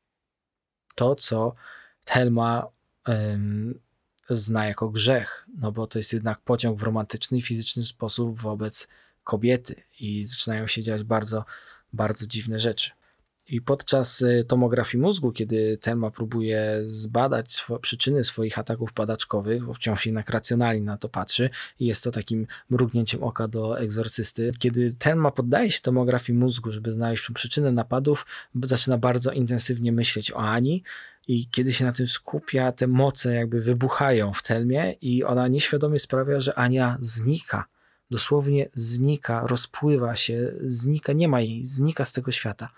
to, co Thelma ym, zna jako grzech, no bo to jest jednak pociąg w romantyczny i fizyczny sposób wobec kobiety i zaczynają się dziać bardzo, bardzo dziwne rzeczy. I podczas tomografii mózgu, kiedy Thelma próbuje zbadać swo- przyczyny swoich ataków padaczkowych, bo wciąż jednak racjonalnie na to patrzy i jest to takim mrugnięciem oka do egzorcysty. Kiedy Thelma poddaje się tomografii mózgu, żeby znaleźć przyczynę napadów, zaczyna bardzo intensywnie myśleć o Ani i kiedy się na tym skupia, te moce jakby wybuchają w Thelmie i ona nieświadomie sprawia, że Ania znika. Dosłownie znika, rozpływa się, znika, nie ma jej, znika z tego świata.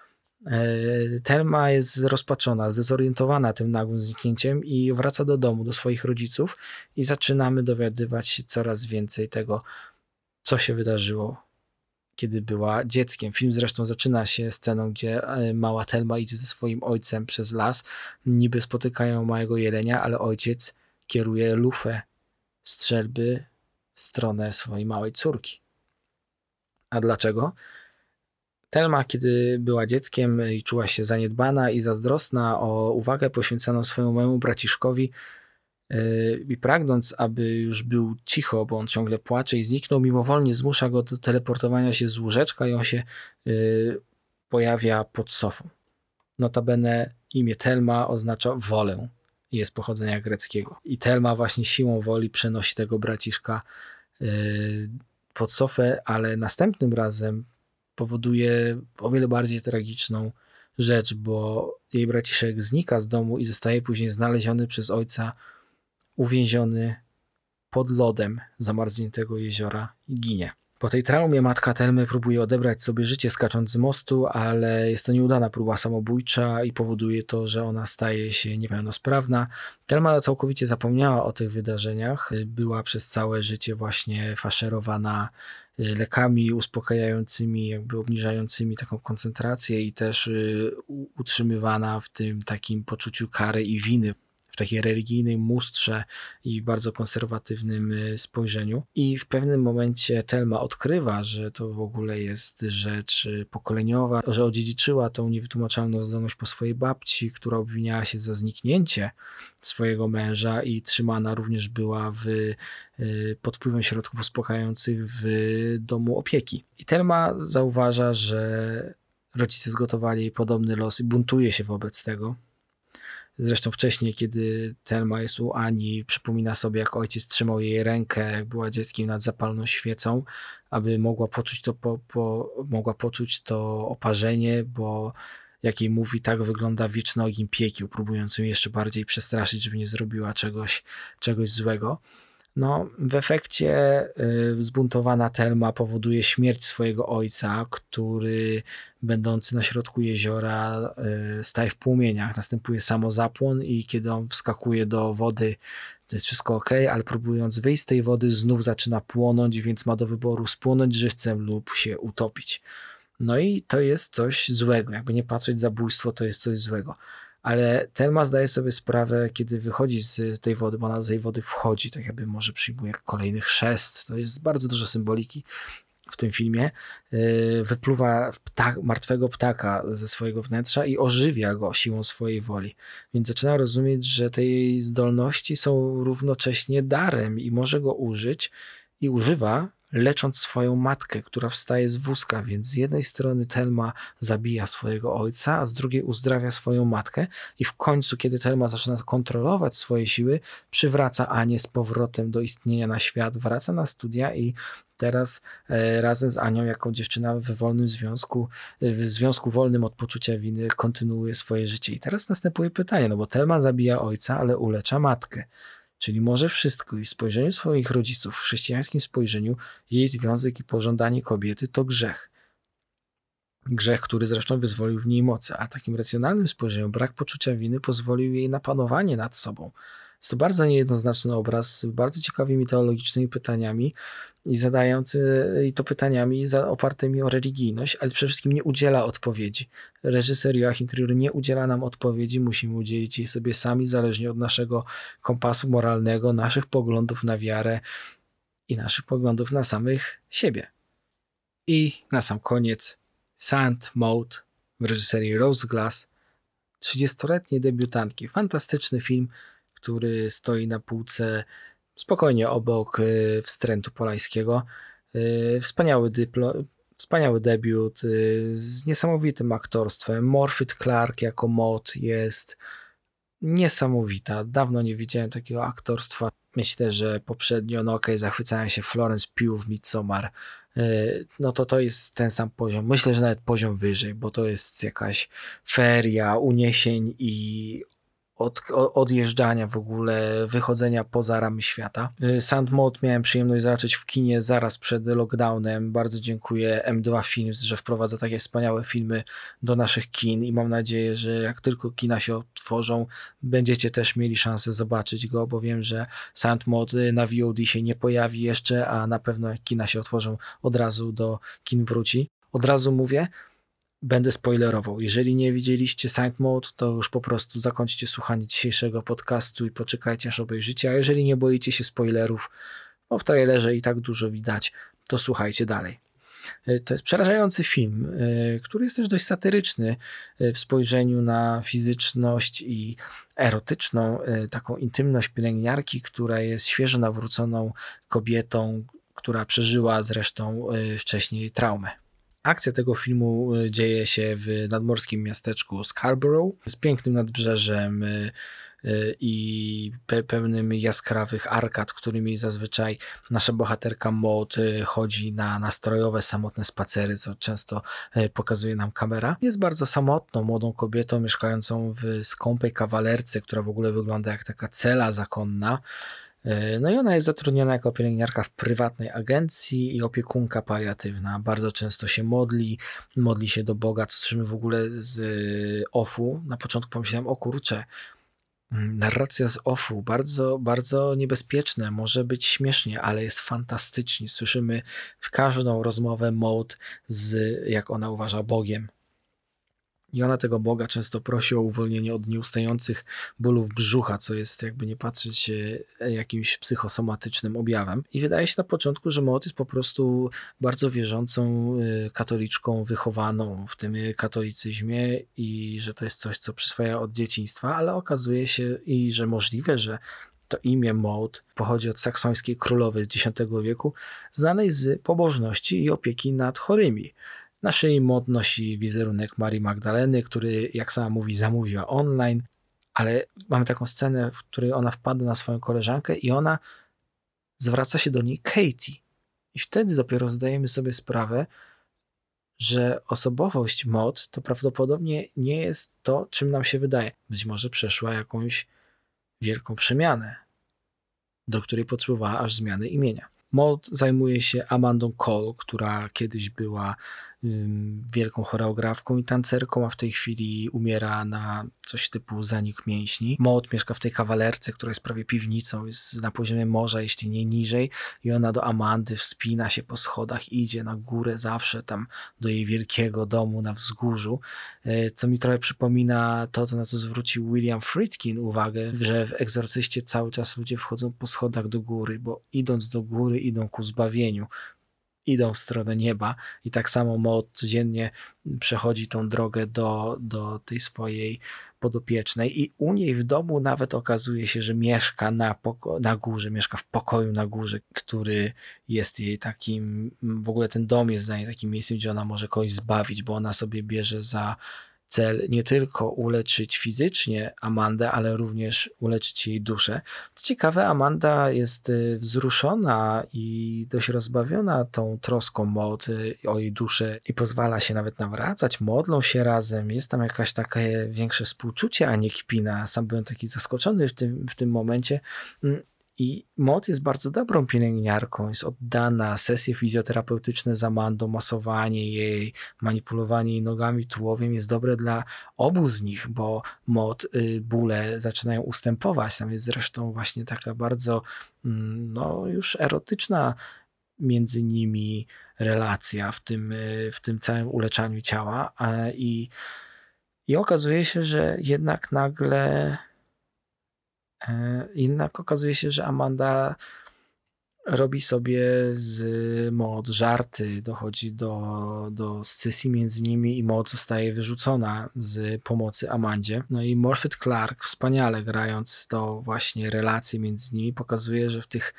Thelma jest rozpaczona, zdezorientowana tym nagłym zniknięciem i wraca do domu, do swoich rodziców i zaczynamy dowiadywać się coraz więcej tego, co się wydarzyło, kiedy była dzieckiem. Film zresztą zaczyna się sceną, gdzie mała Thelma idzie ze swoim ojcem przez las, niby spotykają małego jelenia, ale ojciec kieruje lufę strzelby w stronę swojej małej córki. A dlaczego? Thelma, kiedy była dzieckiem i czuła się zaniedbana i zazdrosna o uwagę poświęconą swojemu małemu braciszkowi yy, i pragnąc, aby już był cicho, bo on ciągle płacze i zniknął, mimowolnie zmusza go do teleportowania się z łóżeczka i on się yy, pojawia pod sofą. Notabene imię Thelma oznacza wolę i jest pochodzenia greckiego. I Thelma właśnie siłą woli przenosi tego braciszka yy, pod sofę, ale następnym razem powoduje o wiele bardziej tragiczną rzecz, bo jej braciszek znika z domu i zostaje później znaleziony przez ojca uwięziony pod lodem zamarzniętego jeziora i ginie. Po tej traumie matka Thelmy próbuje odebrać sobie życie skacząc z mostu, ale jest to nieudana próba samobójcza i powoduje to, że ona staje się niepełnosprawna. Thelma całkowicie zapomniała o tych wydarzeniach. Była przez całe życie właśnie faszerowana lekami uspokajającymi, jakby obniżającymi taką koncentrację i też utrzymywana w tym takim poczuciu kary i winy. w takiej religijnej mustrze i bardzo konserwatywnym spojrzeniu. I w pewnym momencie Thelma odkrywa, że to w ogóle jest rzecz pokoleniowa, że odziedziczyła tą niewytłumaczalną zdolność po swojej babci, która obwiniała się za zniknięcie swojego męża i trzymana również była w, pod wpływem środków uspokajających w domu opieki. I Thelma zauważa, że rodzice zgotowali jej podobny los i buntuje się wobec tego. Zresztą wcześniej, kiedy Thelma jest u Ani, przypomina sobie, jak ojciec trzymał jej rękę, jak była dzieckiem, nad zapaloną świecą, aby mogła poczuć to, po, po, mogła poczuć to oparzenie, bo jak jej mówi, tak wygląda wieczny ogień piekieł, próbując ją jeszcze bardziej przestraszyć, żeby nie zrobiła czegoś, czegoś złego. No, w efekcie y, zbuntowana Thelma powoduje śmierć swojego ojca, który będący na środku jeziora y, staje w płomieniach. Następuje samozapłon i kiedy on wskakuje do wody, to jest wszystko ok, ale próbując wyjść z tej wody znów zaczyna płonąć, więc ma do wyboru spłonąć żywcem lub się utopić. No i to jest coś złego. Jakby nie patrzeć, zabójstwo to jest coś złego. Ale Thelma zdaje sobie sprawę, kiedy wychodzi z tej wody, bo ona do tej wody wchodzi, tak jakby może przyjmuje kolejny chrzest. To jest bardzo dużo symboliki w tym filmie. Wypluwa ptak, martwego ptaka ze swojego wnętrza i ożywia go siłą swojej woli. Więc zaczyna rozumieć, że te jej zdolności są równocześnie darem i może go użyć i używa, lecząc swoją matkę, która wstaje z wózka, więc z jednej strony Thelma zabija swojego ojca, a z drugiej uzdrawia swoją matkę i w końcu, kiedy Thelma zaczyna kontrolować swoje siły, przywraca Anię z powrotem do istnienia na świat, wraca na studia i teraz e, razem z Anią, jako dziewczyna w wolnym związku, w związku wolnym od poczucia winy, kontynuuje swoje życie. I teraz następuje pytanie, no bo Thelma zabija ojca, ale ulecza matkę. Czyli może wszystko i w spojrzeniu swoich rodziców, w chrześcijańskim spojrzeniu, jej związek i pożądanie kobiety to grzech. Grzech, który zresztą wyzwolił w niej moce, a takim racjonalnym spojrzeniu brak poczucia winy pozwolił jej na panowanie nad sobą. Jest to bardzo niejednoznaczny obraz z bardzo ciekawymi teologicznymi pytaniami i zadający i to pytaniami opartymi o religijność, ale przede wszystkim nie udziela odpowiedzi. Reżyser Joachim Trier nie udziela nam odpowiedzi, musimy udzielić jej sobie sami, zależnie od naszego kompasu moralnego, naszych poglądów na wiarę i naszych poglądów na samych siebie. I na sam koniec Saint Maud w reżyserii Rose Glass, trzydziestoletniej debiutantki. Fantastyczny film, który stoi na półce spokojnie obok Wstrętu Polańskiego. Wspaniały dyplom, wspaniały debiut z niesamowitym aktorstwem. Morfyt Clark jako Maud jest niesamowita. Dawno nie widziałem takiego aktorstwa. Myślę, że poprzednio, no okej, okay, zachwycałem się Florence Pugh w Midsommar. No to to jest ten sam poziom. Myślę, że nawet poziom wyżej, bo to jest jakaś feria uniesień i Od, odjeżdżania w ogóle, wychodzenia poza ramy świata. Saint Maud miałem przyjemność zobaczyć w kinie zaraz przed lockdownem. Bardzo dziękuję M dwa Films, że wprowadza takie wspaniałe filmy do naszych kin i mam nadzieję, że jak tylko kina się otworzą, będziecie też mieli szansę zobaczyć go, bo wiem, że Saint Maud na V O D się nie pojawi jeszcze, a na pewno jak kina się otworzą, od razu do kin wróci. Od razu mówię, będę spoilerował. Jeżeli nie widzieliście Saint Maud, to już po prostu zakończcie słuchanie dzisiejszego podcastu i poczekajcie, aż obejrzycie. A jeżeli nie boicie się spoilerów, bo w trailerze i tak dużo widać, to słuchajcie dalej. To jest przerażający film, który jest też dość satyryczny w spojrzeniu na fizyczność i erotyczną, taką intymność pielęgniarki, która jest świeżo nawróconą kobietą, która przeżyła zresztą wcześniej traumę. Akcja tego filmu dzieje się w nadmorskim miasteczku Scarborough z pięknym nadbrzeżem i pełnym jaskrawych arkad, którymi zazwyczaj nasza bohaterka Maud chodzi na nastrojowe, samotne spacery, co często pokazuje nam kamera. Jest bardzo samotną, młodą kobietą mieszkającą w skąpej kawalerce, która w ogóle wygląda jak taka cela zakonna. No i ona jest zatrudniona jako pielęgniarka w prywatnej agencji i opiekunka paliatywna. Bardzo często się modli, modli się do Boga, co słyszymy w ogóle z Offu. Na początku pomyślałem, o kurczę, narracja z Offu, bardzo, bardzo niebezpieczne, może być śmiesznie, ale jest fantastycznie. Słyszymy każdą rozmowę Maud z, jak ona uważa, Bogiem. I ona tego Boga często prosi o uwolnienie od nieustających bólów brzucha, co jest, jakby nie patrzeć, jakimś psychosomatycznym objawem. I wydaje się na początku, że Maud jest po prostu bardzo wierzącą katoliczką, wychowaną w tym katolicyzmie i że to jest coś, co przyswaja od dzieciństwa, ale okazuje się i że możliwe, że to imię Maud pochodzi od saksońskiej królowej z dziesiątego wieku, znanej z pobożności i opieki nad chorymi. Na szyi Maud nosi wizerunek Marii Magdaleny, który, jak sama mówi, zamówiła online, ale mamy taką scenę, w której ona wpada na swoją koleżankę i ona zwraca się do niej Katie. I wtedy dopiero zdajemy sobie sprawę, że osobowość Maud to prawdopodobnie nie jest to, czym nam się wydaje. Być może przeszła jakąś wielką przemianę, do której potrzebowała aż zmiany imienia. Maud zajmuje się Amandą Cole, która kiedyś była um, wielką choreografką i tancerką, a w tej chwili umiera na coś typu zanik mięśni. Maud mieszka w tej kawalerce, która jest prawie piwnicą, jest na poziomie morza, jeśli nie niżej, i ona do Amandy wspina się po schodach, idzie na górę zawsze tam do jej wielkiego domu na wzgórzu, co mi trochę przypomina to, na co zwrócił William Friedkin uwagę, że w Egzorcyście cały czas ludzie wchodzą po schodach do góry, bo idąc do góry idą ku zbawieniu, idą w stronę nieba i tak samo Maud codziennie przechodzi tą drogę do, do tej swojej podopiecznej i u niej w domu nawet okazuje się, że mieszka na, poko- na górze, mieszka w pokoju na górze, który jest jej takim, w ogóle ten dom jest dla niej takim miejscem, gdzie ona może kogoś zbawić, bo ona sobie bierze za cel nie tylko uleczyć fizycznie Amandę, ale również uleczyć jej duszę. Co ciekawe, Amanda jest wzruszona i dość rozbawiona tą troską Maud o jej duszę i pozwala się nawet nawracać, modlą się razem, jest tam jakaś takie większe współczucie, a nie kpina. Sam byłem taki zaskoczony w tym, w tym momencie. I Maud jest bardzo dobrą pielęgniarką, jest oddana, sesje fizjoterapeutyczne z Amandą, masowanie jej, manipulowanie jej nogami, tułowiem jest dobre dla obu z nich, bo Maud y, bóle zaczynają ustępować. Tam jest zresztą właśnie taka bardzo mm, no, już erotyczna między nimi relacja w tym, y, w tym całym uleczaniu ciała a, i, i okazuje się, że jednak nagle Jednak okazuje się, że Amanda robi sobie z Maud żarty, dochodzi do, do scysji między nimi i Maud zostaje wyrzucona z pomocy Amandzie. No i Morfydd Clark, wspaniale grając to właśnie relacje między nimi, pokazuje, że w tych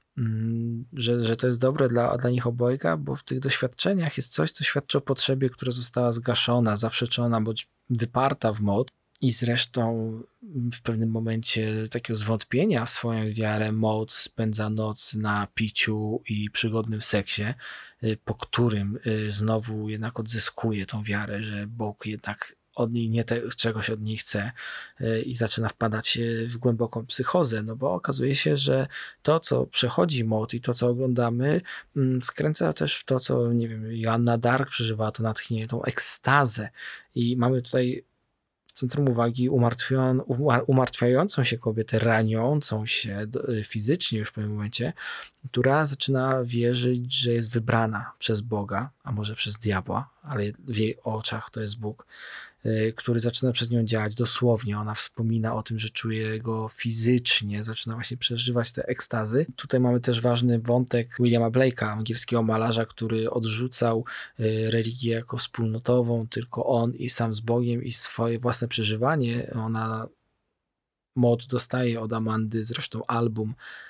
Że, że to jest dobre dla, dla nich obojga, bo w tych doświadczeniach jest coś, co świadczy o potrzebie, która została zgaszona, zaprzeczona, bądź wyparta w Maud. I zresztą w pewnym momencie takiego zwątpienia w swoją wiarę Maud spędza noc na piciu i przygodnym seksie, po którym znowu jednak odzyskuje tą wiarę, że Bóg jednak od niej nie te, czegoś od niej chce i zaczyna wpadać w głęboką psychozę, no bo okazuje się, że to, co przechodzi Maud i to, co oglądamy, skręca też w to, co, nie wiem, Joanna Dark przeżywała to natchnienie, tą ekstazę i mamy tutaj w centrum uwagi umartwion, umartwiającą się kobietę, raniącą się fizycznie już w pewnym momencie, która zaczyna wierzyć, że jest wybrana przez Boga, a może przez diabła, ale w jej oczach to jest Bóg, który zaczyna przez nią działać dosłownie. Ona wspomina o tym, że czuje go fizycznie, zaczyna właśnie przeżywać te ekstazy. Tutaj mamy też ważny wątek Williama Blake'a, angielskiego malarza, który odrzucał religię jako wspólnotową, tylko on i sam z Bogiem i swoje własne przeżywanie. Ona, Maud dostaje od Amandy zresztą album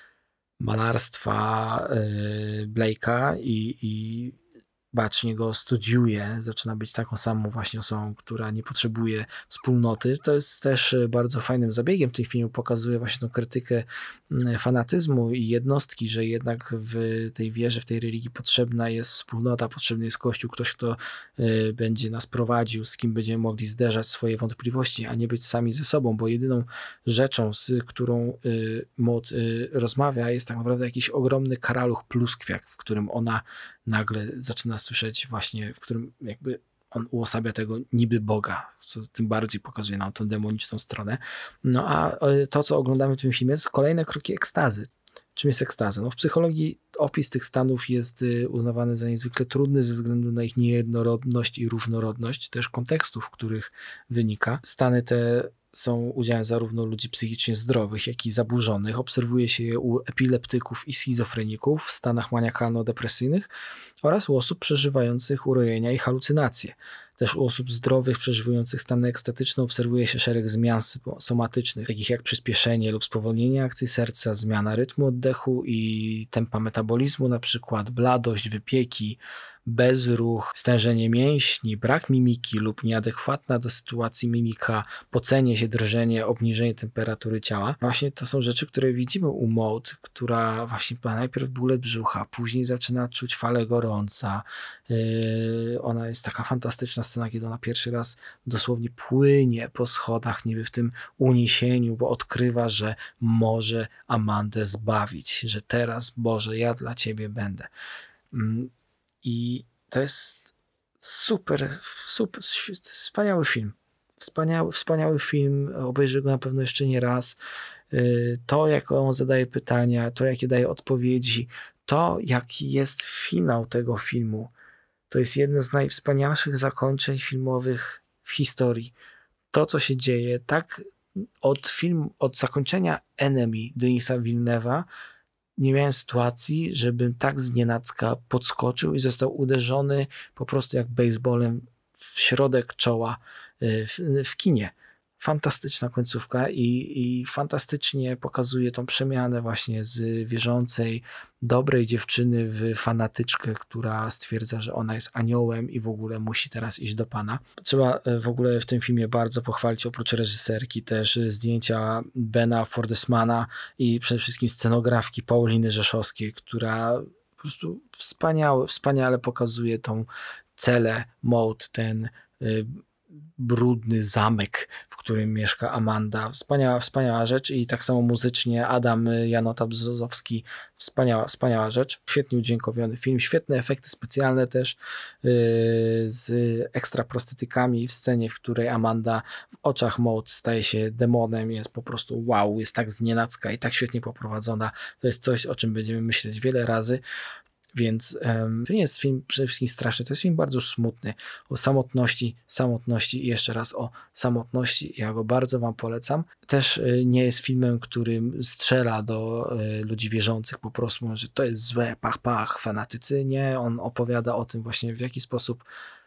malarstwa Blake'a i, i bacznie go studiuje, zaczyna być taką samą właśnie osobą, która nie potrzebuje wspólnoty. To jest też bardzo fajnym zabiegiem. W tym filmie pokazuje właśnie tą krytykę fanatyzmu i jednostki, że jednak w tej wierze, w tej religii potrzebna jest wspólnota, potrzebny jest Kościół, ktoś, kto będzie nas prowadził, z kim będziemy mogli zderzać swoje wątpliwości, a nie być sami ze sobą, bo jedyną rzeczą, z którą Maud rozmawia, jest tak naprawdę jakiś ogromny karaluch pluskwiak, w którym ona nagle zaczyna słyszeć właśnie, w którym jakby on uosabia tego niby Boga, co tym bardziej pokazuje nam tą demoniczną stronę. No a to, co oglądamy w tym filmie, to kolejne kroki ekstazy. Czym jest ekstaza? No w psychologii opis tych stanów jest uznawany za niezwykle trudny ze względu na ich niejednorodność i różnorodność, też kontekstów, w których wynika. Stany te są udziałem zarówno ludzi psychicznie zdrowych, jak i zaburzonych. Obserwuje się je u epileptyków i schizofreników w stanach maniakalno-depresyjnych oraz u osób przeżywających urojenia i halucynacje. Też u osób zdrowych przeżywających stany ekstatyczne obserwuje się szereg zmian somatycznych, takich jak przyspieszenie lub spowolnienie akcji serca, zmiana rytmu oddechu i tempa metabolizmu, na przykład bladość, wypieki, bezruch, stężenie mięśni, brak mimiki lub nieadekwatna do sytuacji mimika, pocenie się, drżenie, obniżenie temperatury ciała. Właśnie to są rzeczy, które widzimy u Maud, która właśnie ma najpierw bóle brzucha, później zaczyna czuć falę gorąca. Yy, ona jest taka fantastyczna scena, kiedy ona pierwszy raz dosłownie płynie po schodach, niby w tym uniesieniu, bo odkrywa, że może Amandę zbawić, że teraz, Boże, ja dla Ciebie będę. Yy. I to jest super, super, wspaniały film. Wspaniały, wspaniały film, obejrzę go na pewno jeszcze nie raz. To, jak on zadaje pytania, to, jakie daje odpowiedzi, to, jaki jest finał tego filmu, to jest jedno z najwspanialszych zakończeń filmowych w historii. To, co się dzieje, tak od film, od zakończenia Enemy Denisa Villeneuve'a nie miałem sytuacji, żebym tak znienacka podskoczył i został uderzony po prostu jak baseballem w środek czoła w, w kinie. Fantastyczna końcówka i, i fantastycznie pokazuje tą przemianę właśnie z wierzącej, dobrej dziewczyny w fanatyczkę, która stwierdza, że ona jest aniołem i w ogóle musi teraz iść do Pana. Trzeba w ogóle w tym filmie bardzo pochwalić oprócz reżyserki też zdjęcia Bena Fordesmana i przede wszystkim scenografki Pauliny Rzeszowskiej, która po prostu wspaniale, wspaniale pokazuje tą celę Maud, ten y, brudny zamek, w którym mieszka Amanda. Wspaniała, wspaniała rzecz i tak samo muzycznie Adam Janota-Brzozowski. Wspaniała, wspaniała rzecz. Świetnie udźwiękowiony film, świetne efekty specjalne też yy, z ekstra prostetykami w scenie, w której Amanda w oczach Maud staje się demonem. Jest po prostu wow, jest tak znienacka i tak świetnie poprowadzona. To jest coś, o czym będziemy myśleć wiele razy. Więc um, to nie jest film przede wszystkim straszny, to jest film bardzo smutny, o samotności, samotności i jeszcze raz o samotności. Ja go bardzo wam polecam. Też y, nie jest filmem, którym strzela do y, ludzi wierzących po prostu, że to jest złe, pach, pach, fanatycy. Nie, on opowiada o tym właśnie, w jaki sposób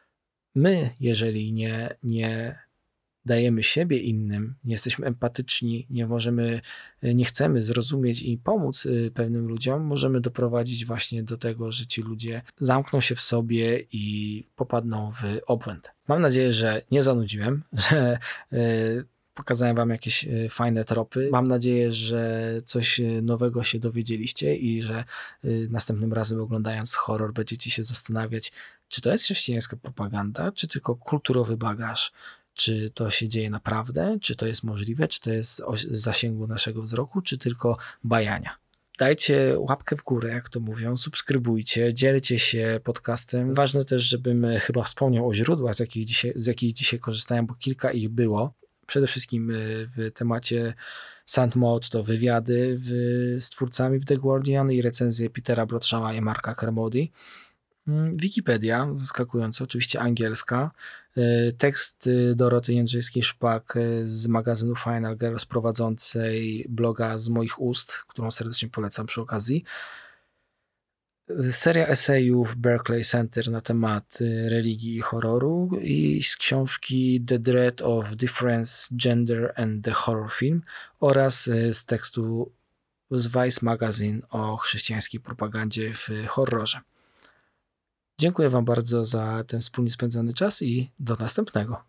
my, jeżeli nie, nie dajemy siebie innym, nie jesteśmy empatyczni, nie możemy, nie chcemy zrozumieć i pomóc pewnym ludziom, możemy doprowadzić właśnie do tego, że ci ludzie zamkną się w sobie i popadną w obłęd. Mam nadzieję, że nie zanudziłem, że pokazałem wam jakieś fajne tropy. Mam nadzieję, że coś nowego się dowiedzieliście i że następnym razem oglądając horror będziecie się zastanawiać, czy to jest chrześcijańska propaganda, czy tylko kulturowy bagaż. Czy to się dzieje naprawdę, czy to jest możliwe, czy to jest z zasięgu naszego wzroku, czy tylko bajania. Dajcie łapkę w górę, jak to mówią, subskrybujcie, dzielcie się podcastem. Ważne też, żebym chyba wspomniał o źródłach, z jakich dzisiaj, z jakich dzisiaj korzystałem, bo kilka ich było. Przede wszystkim w temacie Saint Maud to wywiady w, z twórcami w The Guardian i recenzje Petera Bradshawa i Marka Kermody. Wikipedia, zaskakująco, oczywiście angielska. Tekst Doroty Jędrzejskiej-Szpak z magazynu Final Girls prowadzącej bloga Z moich ust, którą serdecznie polecam przy okazji. Seria esejów Berkeley Center na temat religii i horroru i z książki The Dread of Difference, Gender and the Horror Film oraz z tekstu z Vice Magazine o chrześcijańskiej propagandzie w horrorze. Dziękuję wam bardzo za ten wspólnie spędzony czas i do następnego.